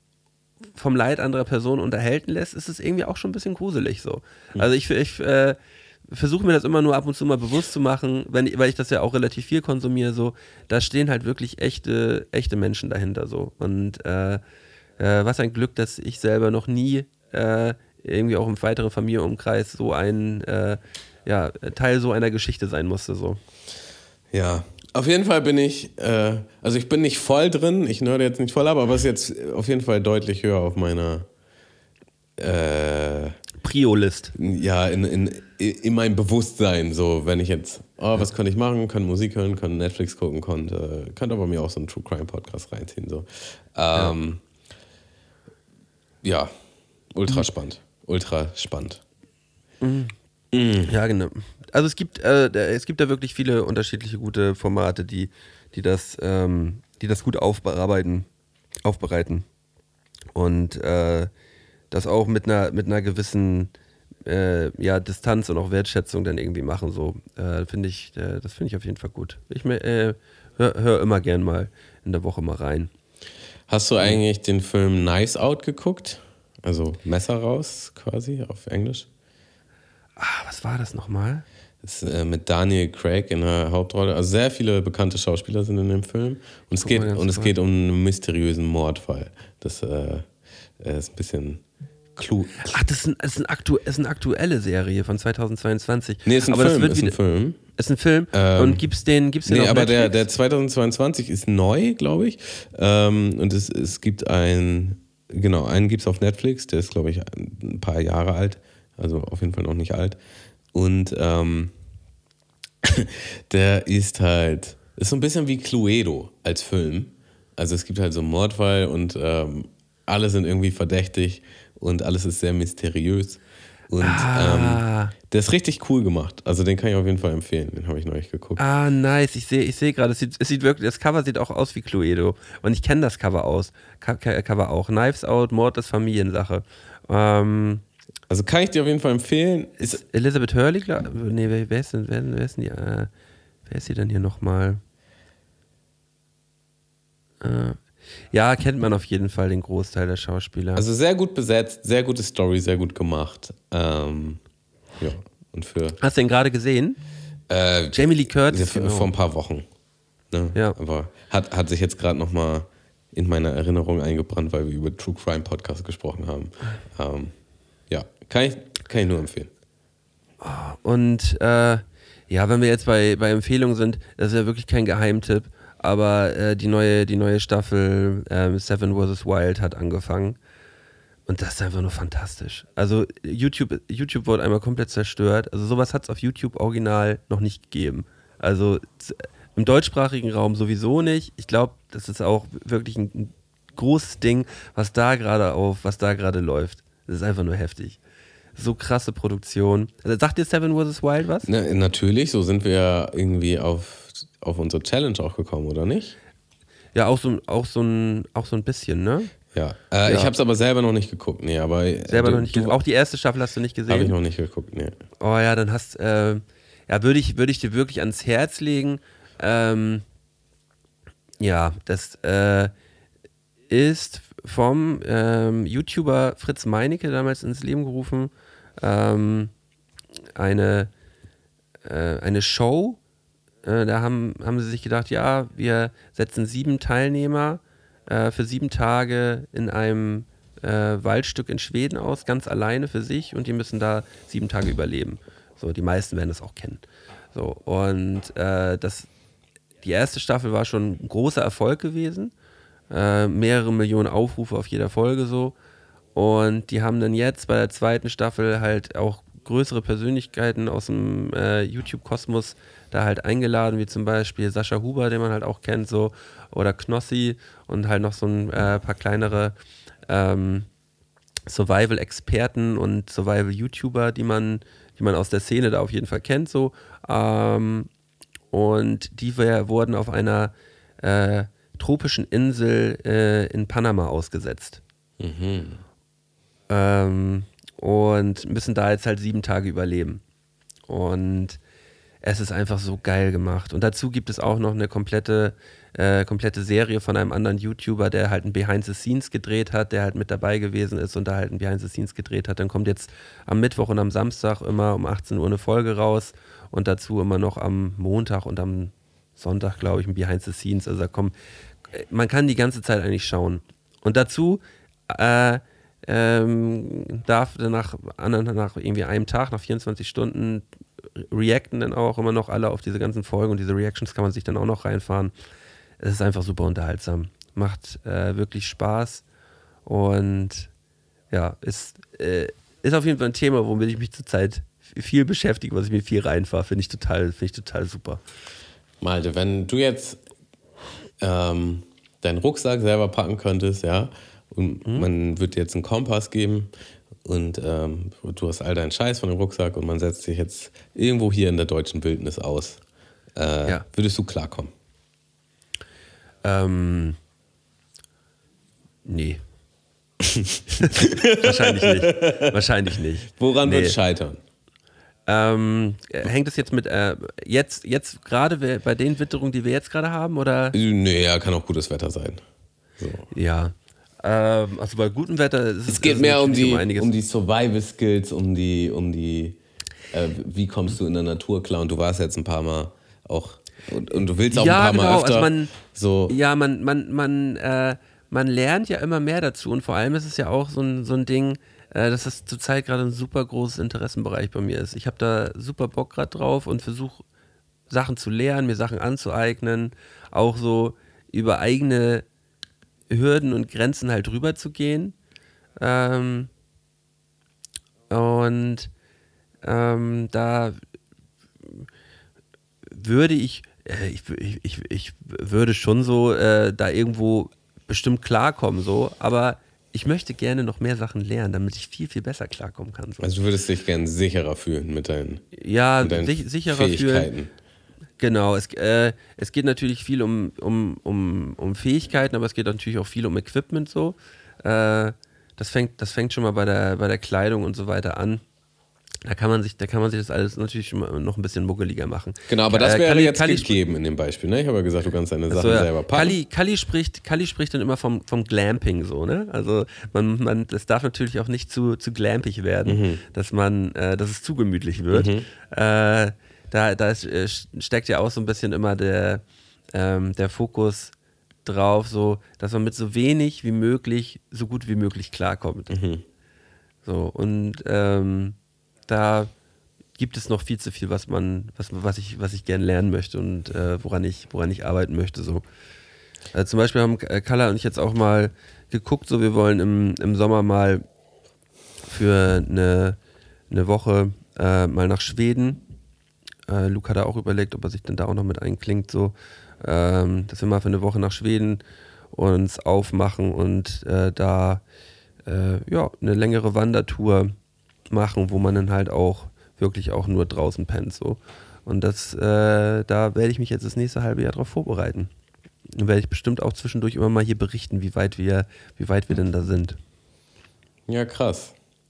unterhalten lässt, ist es irgendwie auch schon ein bisschen gruselig so. Also ich versuche mir das immer nur ab und zu mal bewusst zu machen, weil ich das ja auch relativ viel konsumiere, so, da stehen halt wirklich echte Menschen dahinter so. Und was ein Glück, dass ich selber noch nie irgendwie auch im weiteren Familienumkreis so ein Teil so einer Geschichte sein musste so. Ja, auf jeden Fall bin ich, also ich bin nicht voll drin, ich nörde jetzt nicht voll ab, aber es ist jetzt auf jeden Fall deutlich höher auf meiner Prio-List. Ja, in meinem Bewusstsein, so, wenn ich jetzt, was kann ich machen, kann Musik hören, kann Netflix gucken, könnte aber mir auch so einen True Crime Podcast reinziehen, so. Ja, ultra spannend. Ja, genau. Also es gibt da wirklich viele unterschiedliche gute Formate, die das gut aufbereiten und das auch mit einer gewissen Distanz und auch Wertschätzung dann irgendwie machen. So, das finde ich auf jeden Fall gut. Ich hör immer gern mal in der Woche mal rein. Hast du eigentlich den Film Knives Out geguckt? Also Messer raus quasi auf Englisch? Was war das nochmal? Das ist, mit Daniel Craig in der Hauptrolle. Also sehr viele bekannte Schauspieler sind in dem Film. Und es geht um einen mysteriösen Mordfall. Das ist ein bisschen Clou. Ach, das ist eine aktuelle Serie von 2022. Nee, ist ein Film. Ist ein Film. Und gibt's den auf aber Netflix? der 2022 ist neu, glaube ich. Und es gibt einen gibt's auf Netflix, der ist, glaube ich, ein paar Jahre alt. Also auf jeden Fall noch nicht alt. Und der ist so ein bisschen wie Cluedo als Film. Also es gibt halt so einen Mordfall und alle sind irgendwie verdächtig und alles ist sehr mysteriös. Und der ist richtig cool gemacht. Also den kann ich auf jeden Fall empfehlen. Den habe ich neulich geguckt. Ah, nice. Ich sehe gerade, es sieht wirklich, das Cover sieht auch aus wie Cluedo. Und ich kenne das Cover Cover auch. Knives Out, Mord ist Familiensache. Also kann ich dir auf jeden Fall empfehlen. Ist Elizabeth Hurley, wer ist die denn hier nochmal? Ja, kennt man auf jeden Fall den Großteil der Schauspieler. Also sehr gut besetzt, sehr gute Story, sehr gut gemacht. Hast du den gerade gesehen? Jamie Lee Curtis? Vor ein paar Wochen. Ne? Ja. Aber hat sich jetzt gerade nochmal in meiner Erinnerung eingebrannt, weil wir über True Crime Podcast gesprochen haben. Kann ich nur empfehlen. Und wenn wir jetzt bei Empfehlungen sind, das ist ja wirklich kein Geheimtipp, aber die neue Staffel Seven vs. Wild hat angefangen und das ist einfach nur fantastisch. Also YouTube wurde einmal komplett zerstört, also sowas hat es auf YouTube original noch nicht gegeben. Also im deutschsprachigen Raum sowieso nicht. Ich glaube, das ist auch wirklich ein großes Ding, was da gerade läuft. Das ist einfach nur heftig. So krasse Produktion. Also, sagt dir Seven vs. Wild was? Natürlich, so sind wir ja irgendwie auf unsere Challenge auch gekommen, oder nicht? Ja, auch so ein bisschen, ne? Ja. Ich habe es aber selber noch nicht geguckt. Nee, aber selber noch nicht geguckt. Auch die erste Staffel hast du nicht gesehen? Habe ich noch nicht geguckt, nee. Oh ja, dann würde ich dir wirklich ans Herz legen. Das ist vom YouTuber Fritz Meinecke damals ins Leben gerufen. Eine Show, da haben sie sich gedacht, ja, wir setzen 7 Teilnehmer für 7 Tage in einem Waldstück in Schweden aus, ganz alleine für sich, und die müssen da 7 Tage überleben. So, die meisten werden das auch kennen. So, und die erste Staffel war schon ein großer Erfolg gewesen. Mehrere Millionen Aufrufe auf jeder Folge so. Und die haben dann jetzt bei der zweiten Staffel halt auch größere Persönlichkeiten aus dem YouTube-Kosmos da halt eingeladen, wie zum Beispiel Sascha Huber, den man halt auch kennt, so, oder Knossi und halt noch so ein paar kleinere Survival-Experten und Survival-YouTuber, die man aus der Szene da auf jeden Fall kennt, so. Und die wurden auf einer tropischen Insel in Panama ausgesetzt. Mhm. Und müssen da jetzt halt 7 Tage überleben. Und es ist einfach so geil gemacht. Und dazu gibt es auch noch eine komplette Serie von einem anderen YouTuber, der halt ein Behind-the-Scenes gedreht hat, der halt mit dabei gewesen ist und da halt ein Behind-the-Scenes gedreht hat. Dann kommt jetzt am Mittwoch und am Samstag immer um 18 Uhr eine Folge raus und dazu immer noch am Montag und am Sonntag, glaube ich, ein Behind-the-Scenes. Also man kann die ganze Zeit eigentlich schauen. Und dazu darf nach irgendwie einem Tag, nach 24 Stunden reacten dann auch immer noch alle auf diese ganzen Folgen und diese Reactions kann man sich dann auch noch reinfahren. Es ist einfach super unterhaltsam. Macht wirklich Spaß und ja, ist ist auf jeden Fall ein Thema, womit ich mich zurzeit viel beschäftige, was ich mir viel reinfahre. Finde ich total super. Malte, wenn du jetzt deinen Rucksack selber packen könntest, ja, und man wird dir jetzt einen Kompass geben und du hast all deinen Scheiß von dem Rucksack und man setzt sich jetzt irgendwo hier in der deutschen Wildnis aus. Würdest du klarkommen? Nee. Wahrscheinlich nicht. Woran wird es scheitern? Hängt es jetzt mit jetzt gerade bei den Witterungen, die wir jetzt gerade haben, oder? Nee, ja, kann auch gutes Wetter sein. So. Ja. Also bei gutem Wetter ist es geht mehr um die Survival Skills, um die wie kommst du in der Natur klar, und du warst jetzt ein paar Mal auch und du willst auch ein paar Mal öfter. Also man lernt ja immer mehr dazu, und vor allem ist es ja auch so ein Ding, dass das zurzeit gerade ein super großes Interessenbereich bei mir ist. Ich habe da super Bock gerade drauf und versuche Sachen zu lernen, mir Sachen anzueignen, auch so über eigene Hürden und Grenzen halt drüber zu gehen. Da würde ich würde schon so da irgendwo bestimmt klarkommen, so, aber ich möchte gerne noch mehr Sachen lernen, damit ich viel, viel besser klarkommen kann. So. Also du würdest dich gerne sicherer fühlen mit deinen sicherer Fähigkeiten. Fühlen. Genau, es geht natürlich viel um Fähigkeiten, aber es geht natürlich auch viel um Equipment so. Das fängt schon mal bei der Kleidung und so weiter an. Da kann man sich das alles natürlich schon mal noch ein bisschen muggeliger machen. Genau, aber das wäre jetzt gegeben in dem Beispiel, ne? Ich habe ja gesagt, du kannst deine Sachen selber packen. Kali spricht dann immer vom Glamping so, ne? Also das darf natürlich auch nicht zu glampig werden, dass es zu gemütlich wird. Da steckt ja auch so ein bisschen immer der Fokus drauf, so, dass man mit so wenig wie möglich so gut wie möglich klarkommt. So, und da gibt es noch viel zu viel, was ich gerne lernen möchte und woran ich arbeiten möchte. So. Zum Beispiel haben Kalla und ich jetzt auch mal geguckt, so, wir wollen im Sommer mal für eine Woche mal nach Schweden. Luke hat da auch überlegt, ob er sich dann da auch noch mit einklingt, so, dass wir mal für eine Woche nach Schweden uns aufmachen und da eine längere Wandertour machen, wo man dann halt auch wirklich auch nur draußen pennt, so. Und da werde ich mich jetzt das nächste halbe Jahr drauf vorbereiten. Dann werde ich bestimmt auch zwischendurch immer mal hier berichten, wie weit wir denn da sind. Ja, krass.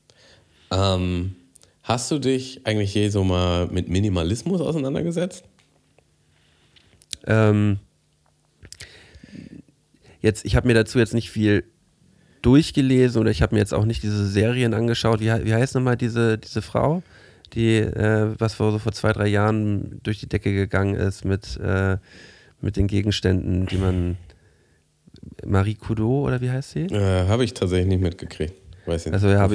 Hast du dich eigentlich je so mal mit Minimalismus auseinandergesetzt? Ich habe mir dazu jetzt nicht viel durchgelesen oder ich habe mir jetzt auch nicht diese Serien angeschaut. Wie heißt nochmal diese Frau, die was vor 2-3 Jahren durch die Decke gegangen ist mit den Gegenständen, die man Marie Kondo oder wie heißt sie? Habe ich tatsächlich nicht mitgekriegt. Weiß ich nicht. Also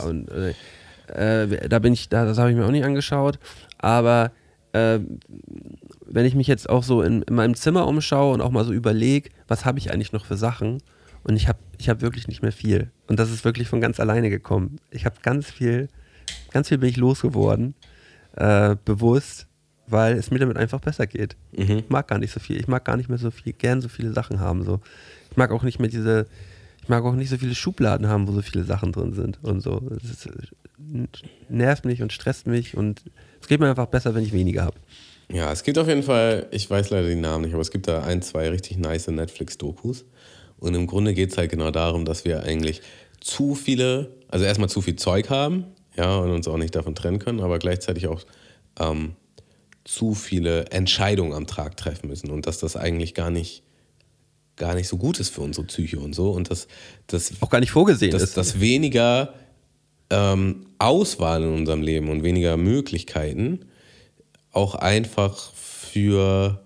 das habe ich mir auch nicht angeschaut, aber wenn ich mich jetzt auch so in meinem Zimmer umschaue und auch mal so überlege, was habe ich eigentlich noch für Sachen, und ich hab wirklich nicht mehr viel. Und das ist wirklich von ganz alleine gekommen. Ich habe ganz viel bin ich losgeworden, bewusst, weil es mir damit einfach besser geht. Ich mag gar nicht so viel. Ich mag gar nicht mehr so viele Sachen haben. So. Ich mag auch nicht so viele Schubladen haben, wo so viele Sachen drin sind und so. Das nervt mich und stresst mich, und es geht mir einfach besser, wenn ich weniger habe. Ja, es gibt auf jeden Fall, ich weiß leider die Namen nicht, aber es gibt da 1-2 richtig nice Netflix-Dokus. Und im Grunde geht es halt genau darum, dass wir eigentlich erstmal zu viel Zeug haben, ja, und uns auch nicht davon trennen können, aber gleichzeitig auch zu viele Entscheidungen am Tag treffen müssen und dass das eigentlich gar nicht so gut ist für unsere Psyche und so, und dass auch gar nicht vorgesehen ist. Dass weniger Auswahl in unserem Leben und weniger Möglichkeiten auch einfach für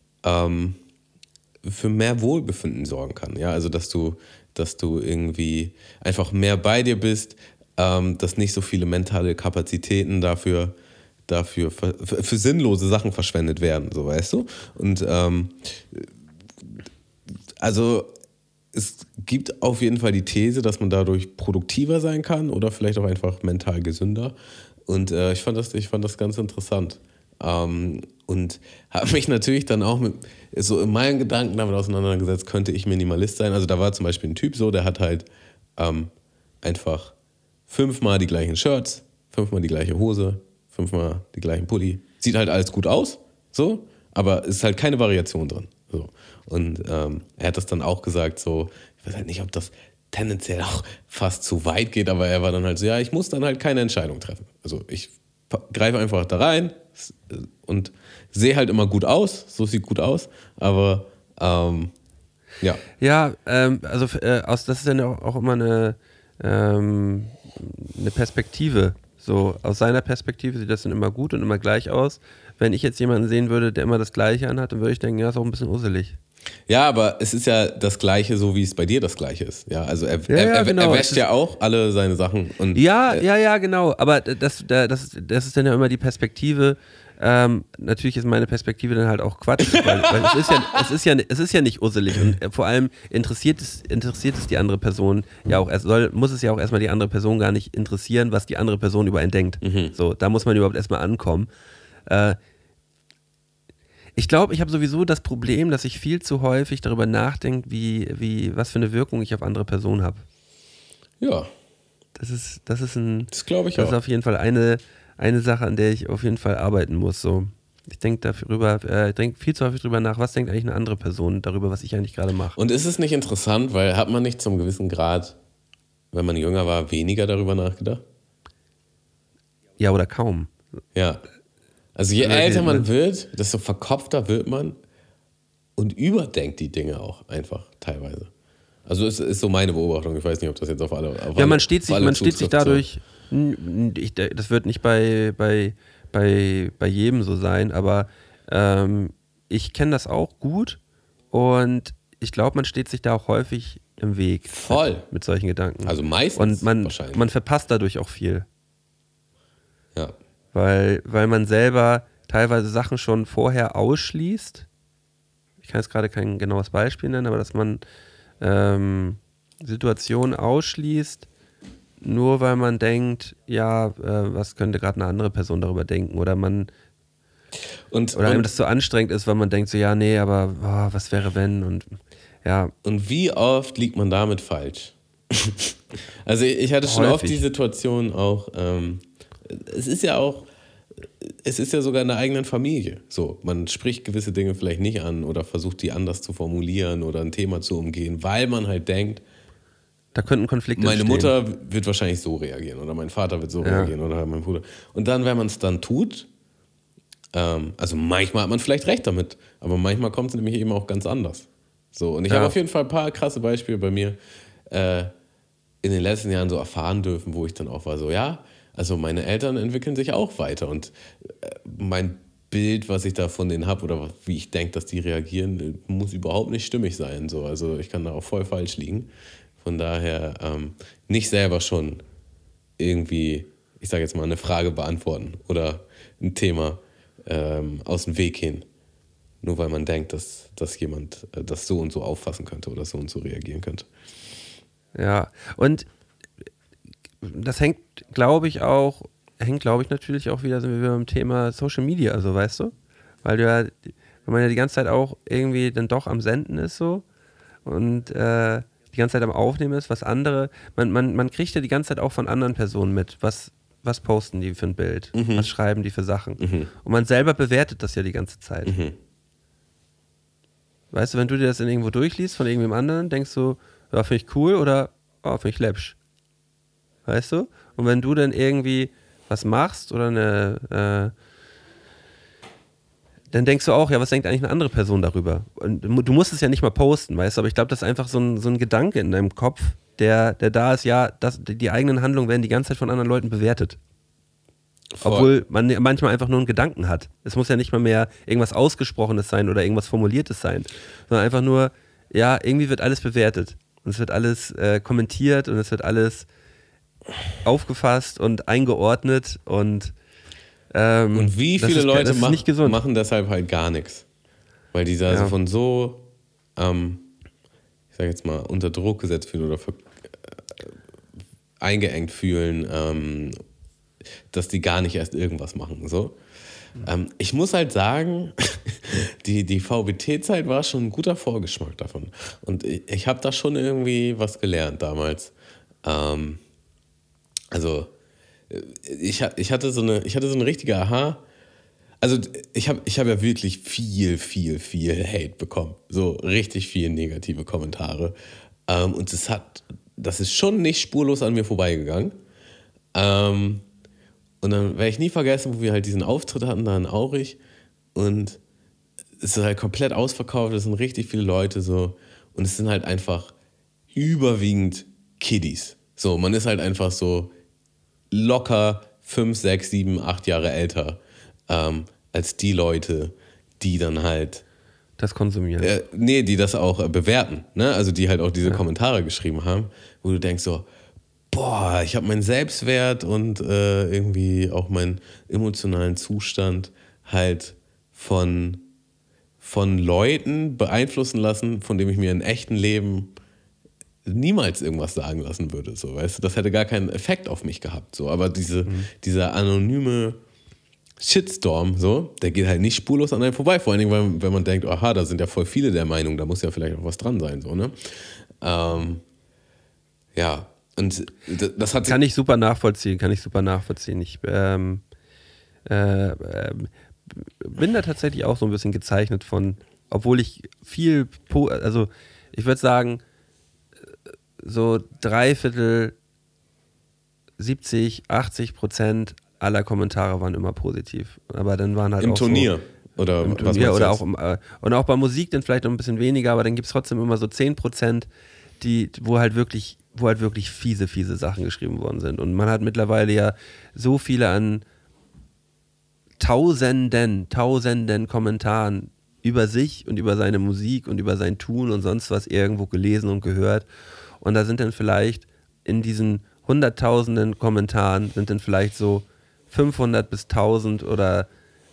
mehr Wohlbefinden sorgen kann. Ja, also dass du irgendwie einfach mehr bei dir bist, dass nicht so viele mentale Kapazitäten dafür für sinnlose Sachen verschwendet werden, so, weißt du? Und also es gibt auf jeden Fall die These, dass man dadurch produktiver sein kann oder vielleicht auch einfach mental gesünder. Und ich fand das ganz interessant. Und habe mich natürlich dann auch so in meinen Gedanken damit auseinandergesetzt, könnte ich Minimalist sein. Also da war zum Beispiel ein Typ so, der hat halt einfach 5-mal die gleichen Shirts, 5-mal die gleiche Hose, 5-mal die gleichen Pulli. Sieht halt alles gut aus, so, aber es ist halt keine Variation drin. So. Und er hat das dann auch gesagt, so, ich weiß halt nicht, ob das tendenziell auch fast zu weit geht, aber er war dann halt so, ja, ich muss dann halt keine Entscheidung treffen. Also ich greife einfach da rein und sehe halt immer gut aus, so sieht gut aus, aber ja. Ja, das ist dann auch immer eine Perspektive. So, aus seiner Perspektive sieht das dann immer gut und immer gleich aus. Wenn ich jetzt jemanden sehen würde, der immer das Gleiche anhat, dann würde ich denken, ja, ist auch ein bisschen usselig. Ja, aber es ist ja das Gleiche, so wie es bei dir das Gleiche ist. Ja, also er wäscht ja auch alle seine Sachen. Und ja, genau. Aber das ist dann ja immer die Perspektive. Natürlich ist meine Perspektive dann halt auch Quatsch, weil es ist ja nicht usselig und vor allem interessiert es die andere Person ja auch muss es ja auch erstmal die andere Person gar nicht interessieren, was die andere Person über einen denkt. So, da muss man überhaupt erstmal ankommen. Ich glaube, ich habe sowieso das Problem, dass ich viel zu häufig darüber nachdenke, was für eine Wirkung ich auf andere Personen habe. Ja. Das glaube ich auch. Das ist auf jeden Fall eine Sache, an der ich auf jeden Fall arbeiten muss. So. Ich denke viel zu häufig darüber nach, was denkt eigentlich eine andere Person darüber, was ich eigentlich gerade mache. Und ist es nicht interessant, weil hat man nicht zum gewissen Grad, wenn man jünger war, weniger darüber nachgedacht? Ja, oder kaum. Ja. Also je älter man wird, desto verkopfter wird man und überdenkt die Dinge auch einfach teilweise. Also es ist so meine Beobachtung. Ich weiß nicht, ob das jetzt auf alle man steht sich dadurch, das wird nicht bei jedem so sein, aber ich kenne das auch gut und ich glaube, man steht sich da auch häufig im Weg. Voll. Mit solchen Gedanken. Also meistens und wahrscheinlich. Man verpasst dadurch auch viel. Ja. Weil man selber teilweise Sachen schon vorher ausschließt. Ich kann jetzt gerade kein genaues Beispiel nennen, aber dass man Situationen ausschließt, nur weil man denkt, ja, was könnte gerade eine andere Person darüber denken oder einem das so anstrengend ist, weil man denkt so, ja, nee, aber was wäre wenn und ja. Und wie oft liegt man damit falsch? Also ich hatte schon oft die Situation auch, es ist ja sogar in der eigenen Familie. So, man spricht gewisse Dinge vielleicht nicht an oder versucht die anders zu formulieren oder ein Thema zu umgehen, weil man halt denkt, da könnten Konflikte meine entstehen. Mutter wird wahrscheinlich so reagieren oder mein Vater wird so reagieren oder mein Bruder. Und dann, wenn man es dann tut, also manchmal hat man vielleicht recht damit, aber manchmal kommt es nämlich eben auch ganz anders. So, und ich habe auf jeden Fall ein paar krasse Beispiele bei mir in den letzten Jahren so erfahren dürfen, wo ich dann auch war so, ja, also meine Eltern entwickeln sich auch weiter und mein Bild, was ich da von denen habe oder wie ich denke, dass die reagieren, muss überhaupt nicht stimmig sein. So. Also ich kann da auch voll falsch liegen. Von daher nicht selber schon irgendwie, ich sage jetzt mal, eine Frage beantworten oder ein Thema aus dem Weg gehen, nur weil man denkt, dass jemand das so und so auffassen könnte oder so und so reagieren könnte. Ja, und das hängt, glaube ich, natürlich auch wieder, sind wir beim Thema Social Media, also weißt du? Weil man ja die ganze Zeit auch irgendwie dann doch am Senden ist so und die ganze Zeit am Aufnehmen ist, was andere, man kriegt ja die ganze Zeit auch von anderen Personen mit, was posten die für ein Bild, was schreiben die für Sachen. Und man selber bewertet das ja die ganze Zeit. Weißt du, wenn du dir das dann irgendwo durchliest von irgendwem anderen, denkst du, ja, finde ich cool oder finde ich läppsch. Weißt du? Und wenn du dann irgendwie was machst oder dann denkst du auch, ja, was denkt eigentlich eine andere Person darüber? Und du musst es ja nicht mal posten, weißt du, aber ich glaube, das ist einfach so ein Gedanke in deinem Kopf, der da ist, ja, die eigenen Handlungen werden die ganze Zeit von anderen Leuten bewertet. Voll. Obwohl man manchmal einfach nur einen Gedanken hat. Es muss ja nicht mal mehr irgendwas Ausgesprochenes sein oder irgendwas Formuliertes sein, sondern einfach nur, ja, irgendwie wird alles bewertet. Und es wird alles kommentiert und es wird alles aufgefasst und eingeordnet und wie viele Leute machen deshalb halt gar nichts. Weil die da von so, ich sag jetzt mal, unter Druck gesetzt fühlen oder eingeengt fühlen, dass die gar nicht erst irgendwas machen. So. Ich muss halt sagen, die VBT-Zeit war schon ein guter Vorgeschmack davon. Und ich habe da schon irgendwie was gelernt damals. Also ich hatte so eine richtige Aha. Also ich hab ja wirklich viel Hate bekommen. So richtig viel negative Kommentare. Und das ist schon nicht spurlos an mir vorbeigegangen. Und dann werde ich nie vergessen, wo wir halt diesen Auftritt hatten, da in Aurich. Und es ist halt komplett ausverkauft, es sind richtig viele Leute so. Und es sind halt einfach überwiegend Kiddies. So, man ist halt einfach so locker 5, 6, 7, 8 Jahre älter als die Leute, die dann halt das konsumieren. Die das auch bewerten. Ne? Also die halt auch diese Kommentare geschrieben haben, wo du denkst so, boah, ich habe meinen Selbstwert und irgendwie auch meinen emotionalen Zustand halt von Leuten beeinflussen lassen, von dem ich mir im echten Leben niemals irgendwas sagen lassen würde. So, weißt du? Das hätte gar keinen Effekt auf mich gehabt. So. Aber dieser anonyme Shitstorm, so, der geht halt nicht spurlos an einem vorbei. Vor allen Dingen, wenn man denkt, aha, da sind ja voll viele der Meinung, da muss ja vielleicht auch was dran sein. So, ne? Ja. Und das hat kann ich super nachvollziehen. Ich bin da tatsächlich auch so ein bisschen gezeichnet von, obwohl ich viel, also ich würde sagen, so 3/4, 70-80% aller Kommentare waren immer positiv. Aber dann waren halt im auch Turnier so, oder im was Turnier oder jetzt? auch und auch bei Musik dann vielleicht noch ein bisschen weniger, aber dann gibt es trotzdem immer so 10%, wo halt wirklich fiese Sachen geschrieben worden sind. Und man hat mittlerweile ja so viele an tausenden Kommentaren über sich und über seine Musik und über sein Tun und sonst was irgendwo gelesen und gehört. Und da sind dann vielleicht in diesen 100.000 Kommentaren sind dann vielleicht so 500 bis 1000 oder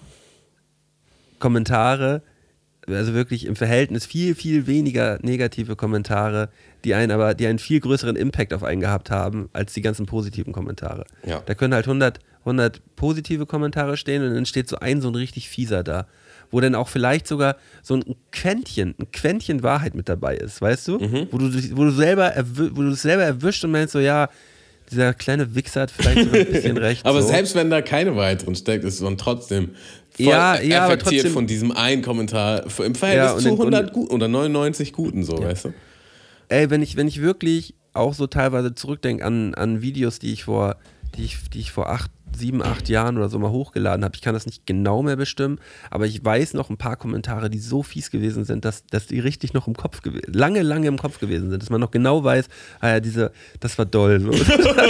Kommentare, also wirklich im Verhältnis viel weniger negative Kommentare, die einen viel größeren Impact auf einen gehabt haben, als die ganzen positiven Kommentare. Ja. Da können halt 100 positive Kommentare stehen und dann steht so ein richtig fieser da, wo dann auch vielleicht sogar so ein Quäntchen Wahrheit mit dabei ist, weißt du? Wo du es selber erwischt und meinst so, ja, dieser kleine Wichser hat vielleicht sogar ein bisschen recht. Aber so. Selbst wenn da keine Wahrheit drin steckt, ist es dann trotzdem voll aber affektiert trotzdem, von diesem einen Kommentar im Verhältnis zu 100 Guten oder 99 Guten, so, weißt du? Ey, wenn ich wirklich auch so teilweise zurückdenke an Videos, die ich vor 7, 8 Jahren oder so mal hochgeladen habe, ich kann das nicht genau mehr bestimmen, aber ich weiß noch ein paar Kommentare, die so fies gewesen sind, dass die richtig noch im Kopf lange im Kopf gewesen sind, dass man noch genau weiß, das war doll. So.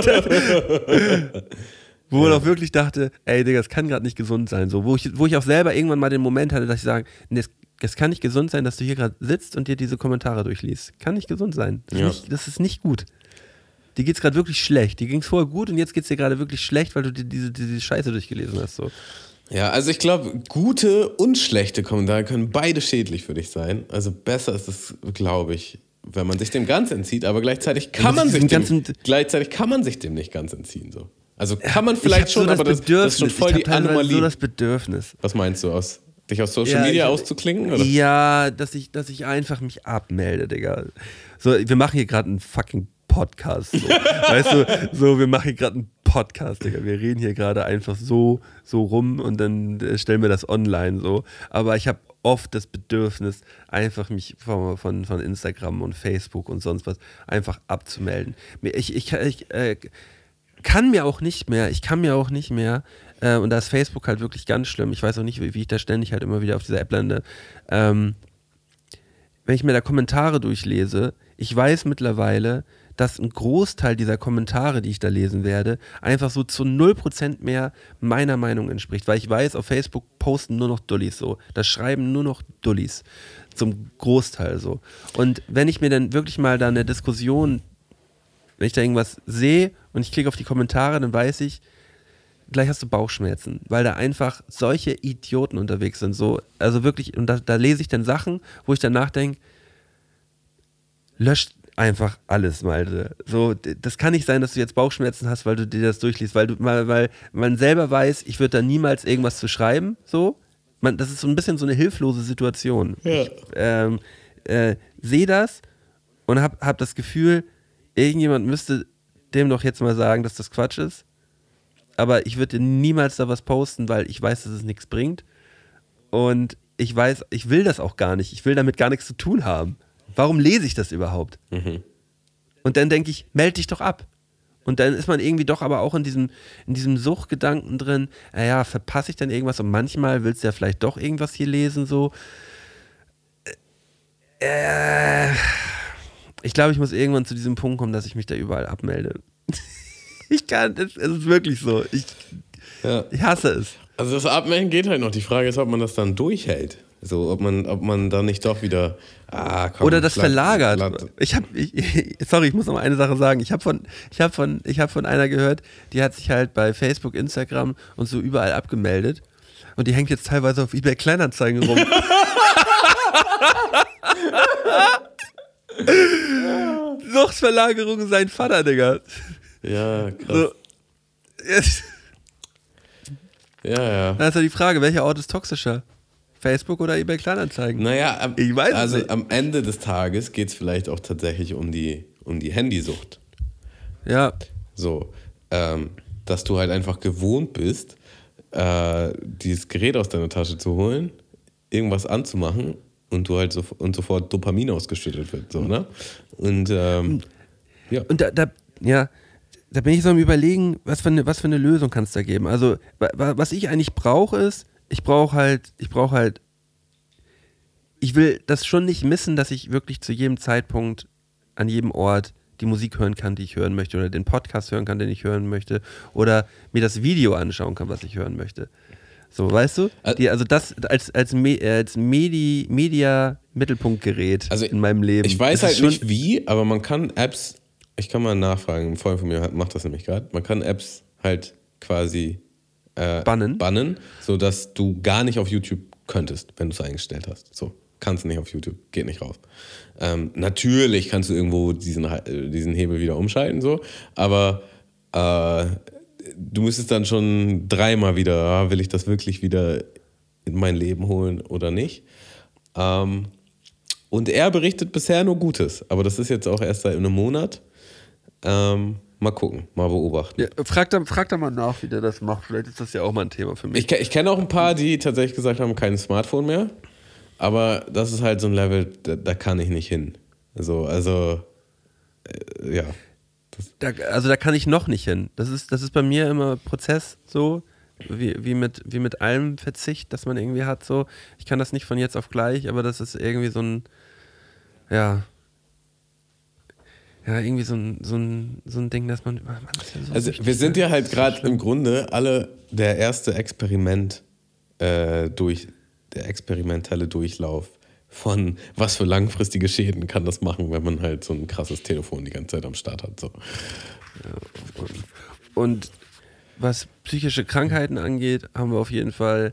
Wo man auch wirklich dachte, ey Digga, das kann gerade nicht gesund sein. So, wo ich auch selber irgendwann mal den Moment hatte, dass ich sage, nee, das kann nicht gesund sein, dass du hier gerade sitzt und dir diese Kommentare durchliest. Kann nicht gesund sein. Das ist nicht gut. Dir geht's gerade wirklich schlecht. Dir ging's vorher gut und jetzt geht's dir gerade wirklich schlecht, weil du dir diese Scheiße durchgelesen hast. So. Ja, also ich glaube, gute und schlechte Kommentare können beide schädlich für dich sein. Also besser ist es, glaube ich, wenn man sich dem ganz entzieht, aber gleichzeitig kann man sich dem nicht ganz entziehen. So. Also kann man vielleicht schon, aber das ist schon voll die Anomalie. So das Bedürfnis. Was meinst du, dich aus Social Media auszuklinken? Oder? Ja, dass ich einfach mich abmelde, Digga. So, wir machen hier gerade einen fucking Podcast. So. Weißt du, so, wir machen hier gerade einen Podcast, Digga. Wir reden hier gerade einfach so rum und dann stellen wir das online so. Aber ich habe oft das Bedürfnis, einfach mich von Instagram und Facebook und sonst was einfach abzumelden. Ich kann mir auch nicht mehr, und da ist Facebook halt wirklich ganz schlimm, ich weiß auch nicht, wie ich da ständig halt immer wieder auf dieser App lande, wenn ich mir da Kommentare durchlese, ich weiß mittlerweile, dass ein Großteil dieser Kommentare, die ich da lesen werde, einfach so zu 0% mehr meiner Meinung entspricht, weil ich weiß, auf Facebook posten nur noch Dullis so, da schreiben nur noch Dullis, zum Großteil so. Und wenn ich mir dann wirklich mal da eine Diskussion, wenn ich da irgendwas sehe und ich klicke auf die Kommentare, dann weiß ich, gleich hast du Bauchschmerzen, weil da einfach solche Idioten unterwegs sind. So, also wirklich, und da lese ich dann Sachen, wo ich danach denke, löscht einfach alles, Malte. So, das kann nicht sein, dass du jetzt Bauchschmerzen hast, weil du dir das durchliest, weil man selber weiß, ich würde da niemals irgendwas zu schreiben, so. Das ist so ein bisschen so eine hilflose Situation. Ja. Ich sehe das und hab das Gefühl, irgendjemand müsste dem doch jetzt mal sagen, dass das Quatsch ist. Aber ich würde niemals da was posten, weil ich weiß, dass es nichts bringt. Und ich weiß, ich will das auch gar nicht. Ich will damit gar nichts zu tun haben. Warum lese ich das überhaupt? Mhm. Und dann denke ich, melde dich doch ab. Und dann ist man irgendwie doch aber auch in diesem Suchtgedanken drin, naja, verpasse ich dann irgendwas? Und manchmal willst du ja vielleicht doch irgendwas hier lesen, so. Ich glaube, ich muss irgendwann zu diesem Punkt kommen, dass ich mich da überall abmelde. Es ist wirklich so. Ich hasse es. Also das Abmelden geht halt noch. Die Frage ist, ob man das dann durchhält. So, ob man dann nicht doch wieder oder das verlagert. Sorry, ich muss noch mal eine Sache sagen. Ich habe von einer gehört, die hat sich halt bei Facebook, Instagram und so überall abgemeldet und die hängt jetzt teilweise auf eBay Kleinanzeigen rum. Suchtverlagerung sein Vater, Digga. Ja, krass. So. Ja. Dann ist ja die Frage, welcher Ort ist toxischer? Facebook oder eBay Kleinanzeigen? Naja, ich weiß es nicht. Am Ende des Tages geht es vielleicht auch tatsächlich um die Handysucht. Ja. So, dass du halt einfach gewohnt bist, dieses Gerät aus deiner Tasche zu holen, irgendwas anzumachen und du halt sofort Dopamin ausgeschüttet wird, so, ne? Und ja. Und da bin ich so am Überlegen, was für eine Lösung kann es da geben. Also, was ich eigentlich brauche ist, ich will das schon nicht missen, dass ich wirklich zu jedem Zeitpunkt, an jedem Ort die Musik hören kann, die ich hören möchte, oder den Podcast hören kann, den ich hören möchte, oder mir das Video anschauen kann, was ich hören möchte. So, weißt du? Also das als Media-Mittelpunktgerät in meinem Leben. Ich weiß halt nicht wie, aber man kann Apps, ich kann mal nachfragen, ein Freund von mir macht das nämlich gerade, man kann Apps halt quasi bannen, sodass du gar nicht auf YouTube könntest, wenn du es eingestellt hast. So, kannst nicht auf YouTube, geht nicht raus. Natürlich kannst du irgendwo diesen Hebel wieder umschalten, so, aber du müsstest dann schon dreimal wieder, will ich das wirklich wieder in mein Leben holen oder nicht? Und er berichtet bisher nur Gutes, aber das ist jetzt auch erst seit einem Monat. Mal gucken, mal beobachten. Ja, frag da mal nach, wie der das macht. Vielleicht ist das ja auch mal ein Thema für mich. Ich kenne auch ein paar, die tatsächlich gesagt haben, kein Smartphone mehr. Aber das ist halt so ein Level, da kann ich nicht hin. Also ja. Da kann ich noch nicht hin. Das ist bei mir immer Prozess so, wie mit allem Verzicht, das man irgendwie hat. So. Ich kann das nicht von jetzt auf gleich, aber das ist irgendwie so ein, irgendwie so ein Ding, dass man ist ja so also wir sind ja halt gerade im Grunde alle der erste der experimentelle Durchlauf von was für langfristige Schäden kann das machen, wenn man halt so ein krasses Telefon die ganze Zeit am Start hat. So. Und was psychische Krankheiten angeht, haben wir auf jeden Fall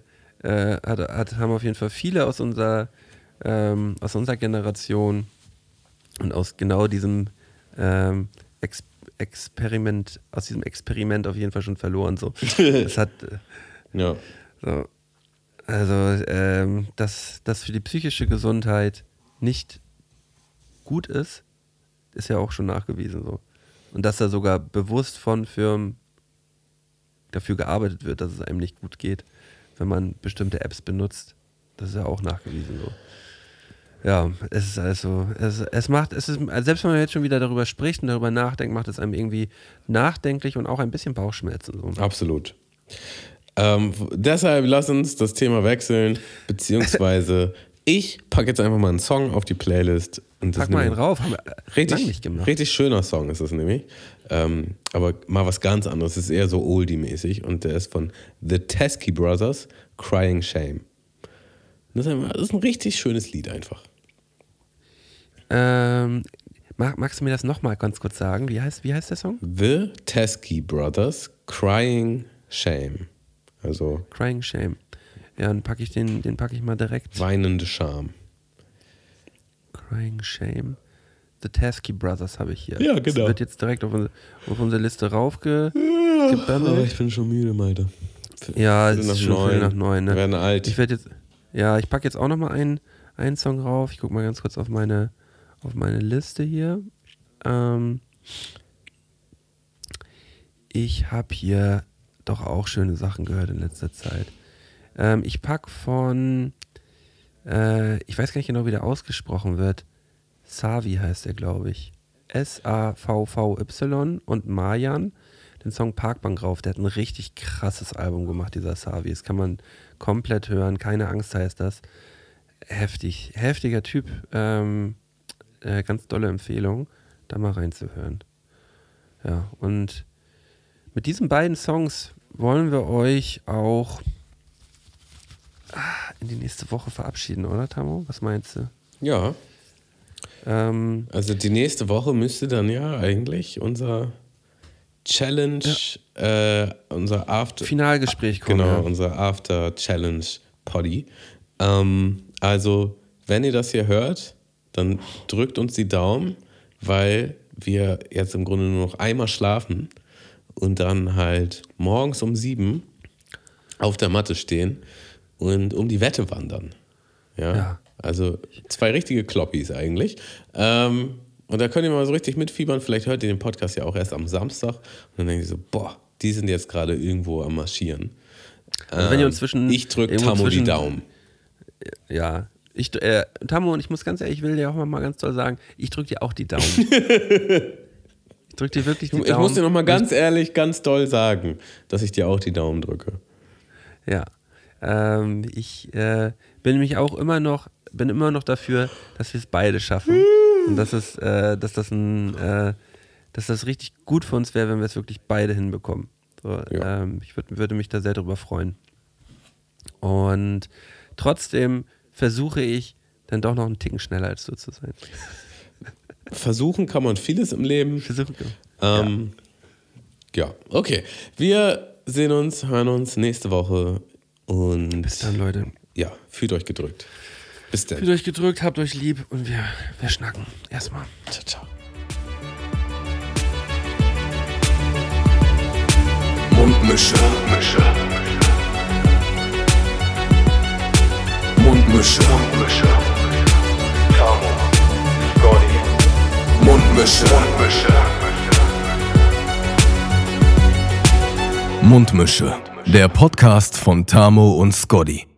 viele aus unserer Generation und aus genau diesem Experiment auf jeden Fall schon verloren. So. Das hat ja. So. Also, dass das für die psychische Gesundheit nicht gut ist ja auch schon nachgewiesen so. Und dass da sogar bewusst von Firmen dafür gearbeitet wird, dass es einem nicht gut geht, wenn man bestimmte Apps benutzt. Das ist ja auch nachgewiesen so. Ja, es ist also, selbst wenn man jetzt schon wieder darüber spricht und darüber nachdenkt, macht es einem irgendwie nachdenklich und auch ein bisschen Bauchschmerzen. So. Absolut. Deshalb lass uns das Thema wechseln, beziehungsweise ich packe jetzt einfach mal einen Song auf die Playlist. Und pack mal einen rauf, haben wir lange nicht gemacht. Richtig schöner Song ist das nämlich, aber mal was ganz anderes, es ist eher so Oldie-mäßig und der ist von The Teskey Brothers, Crying Shame. Das ist ein richtig schönes Lied einfach. Magst du mir das nochmal ganz kurz sagen? Wie heißt der Song? The Teskey Brothers, Crying Shame. Also Crying Shame. Ja, dann packe ich den packe ich mal direkt. Weinende Scham. Crying Shame. The Teskey Brothers habe ich hier. Ja, genau. Das wird jetzt direkt auf unsere Liste raufgebömmelt. Ich bin schon müde, Malte. Ja, es ist schon viel nach 9. Ne? Wir werden alt. Ich packe jetzt auch nochmal einen Song rauf. Ich gucke mal ganz kurz auf meine Liste hier. Ich habe hier doch auch schöne Sachen gehört in letzter Zeit. Ich packe von, ich weiß gar nicht genau, wie der ausgesprochen wird. Savi heißt er, glaube ich. SAVVY und Marjan. Den Song Parkbank rauf. Der hat ein richtig krasses Album gemacht, dieser Savi. Das kann man komplett hören. Keine Angst heißt das. Heftig. Heftiger Typ. Ganz tolle Empfehlung, da mal reinzuhören. Ja, und mit diesen beiden Songs wollen wir euch auch in die nächste Woche verabschieden, oder Tamo? Was meinst du? Ja. Also die nächste Woche müsste dann ja eigentlich unser Challenge, unser After... Finalgespräch kommen. Genau, ja. unser After-Challenge-Poddy. Also, wenn ihr das hier hört, dann drückt uns die Daumen, weil wir jetzt im Grunde nur noch einmal schlafen und dann halt morgens um 7 auf der Matte stehen und um die Wette wandern. Ja. Also 2 richtige Kloppis eigentlich. Und da könnt ihr mal so richtig mitfiebern. Vielleicht hört ihr den Podcast ja auch erst am Samstag. Und dann denkt ihr so, boah, die sind jetzt gerade irgendwo am Marschieren. Also wenn ihr uns ich drücke Tamo die Daumen. Ja, Tamo, und ich muss ganz ehrlich, ich will dir auch mal ganz toll sagen, ich drücke dir auch die Daumen. Ich drücke dir wirklich die Daumen. Ich muss dir nochmal ganz ehrlich, ganz doll sagen, dass ich dir auch die Daumen drücke. Ja, ich bin nämlich auch immer noch dafür, dass wir es beide schaffen. Und dass das richtig gut für uns wäre, wenn wir es wirklich beide hinbekommen. So, Ja. Ich würde mich da sehr drüber freuen. Und trotzdem versuche ich dann doch noch einen Ticken schneller als du zu sein. Versuchen kann man vieles im Leben. Ja, okay. Wir sehen uns, hören uns nächste Woche und Bis dann, Leute. ja, fühlt euch gedrückt. Bis dann. Fühlt euch gedrückt, habt euch lieb und wir schnacken. Erstmal. Ciao, ciao. Mundmische. Mundmische. Tamo, Scotty, Mundmische. Mundmische. Der Podcast von Tamo und Scotty.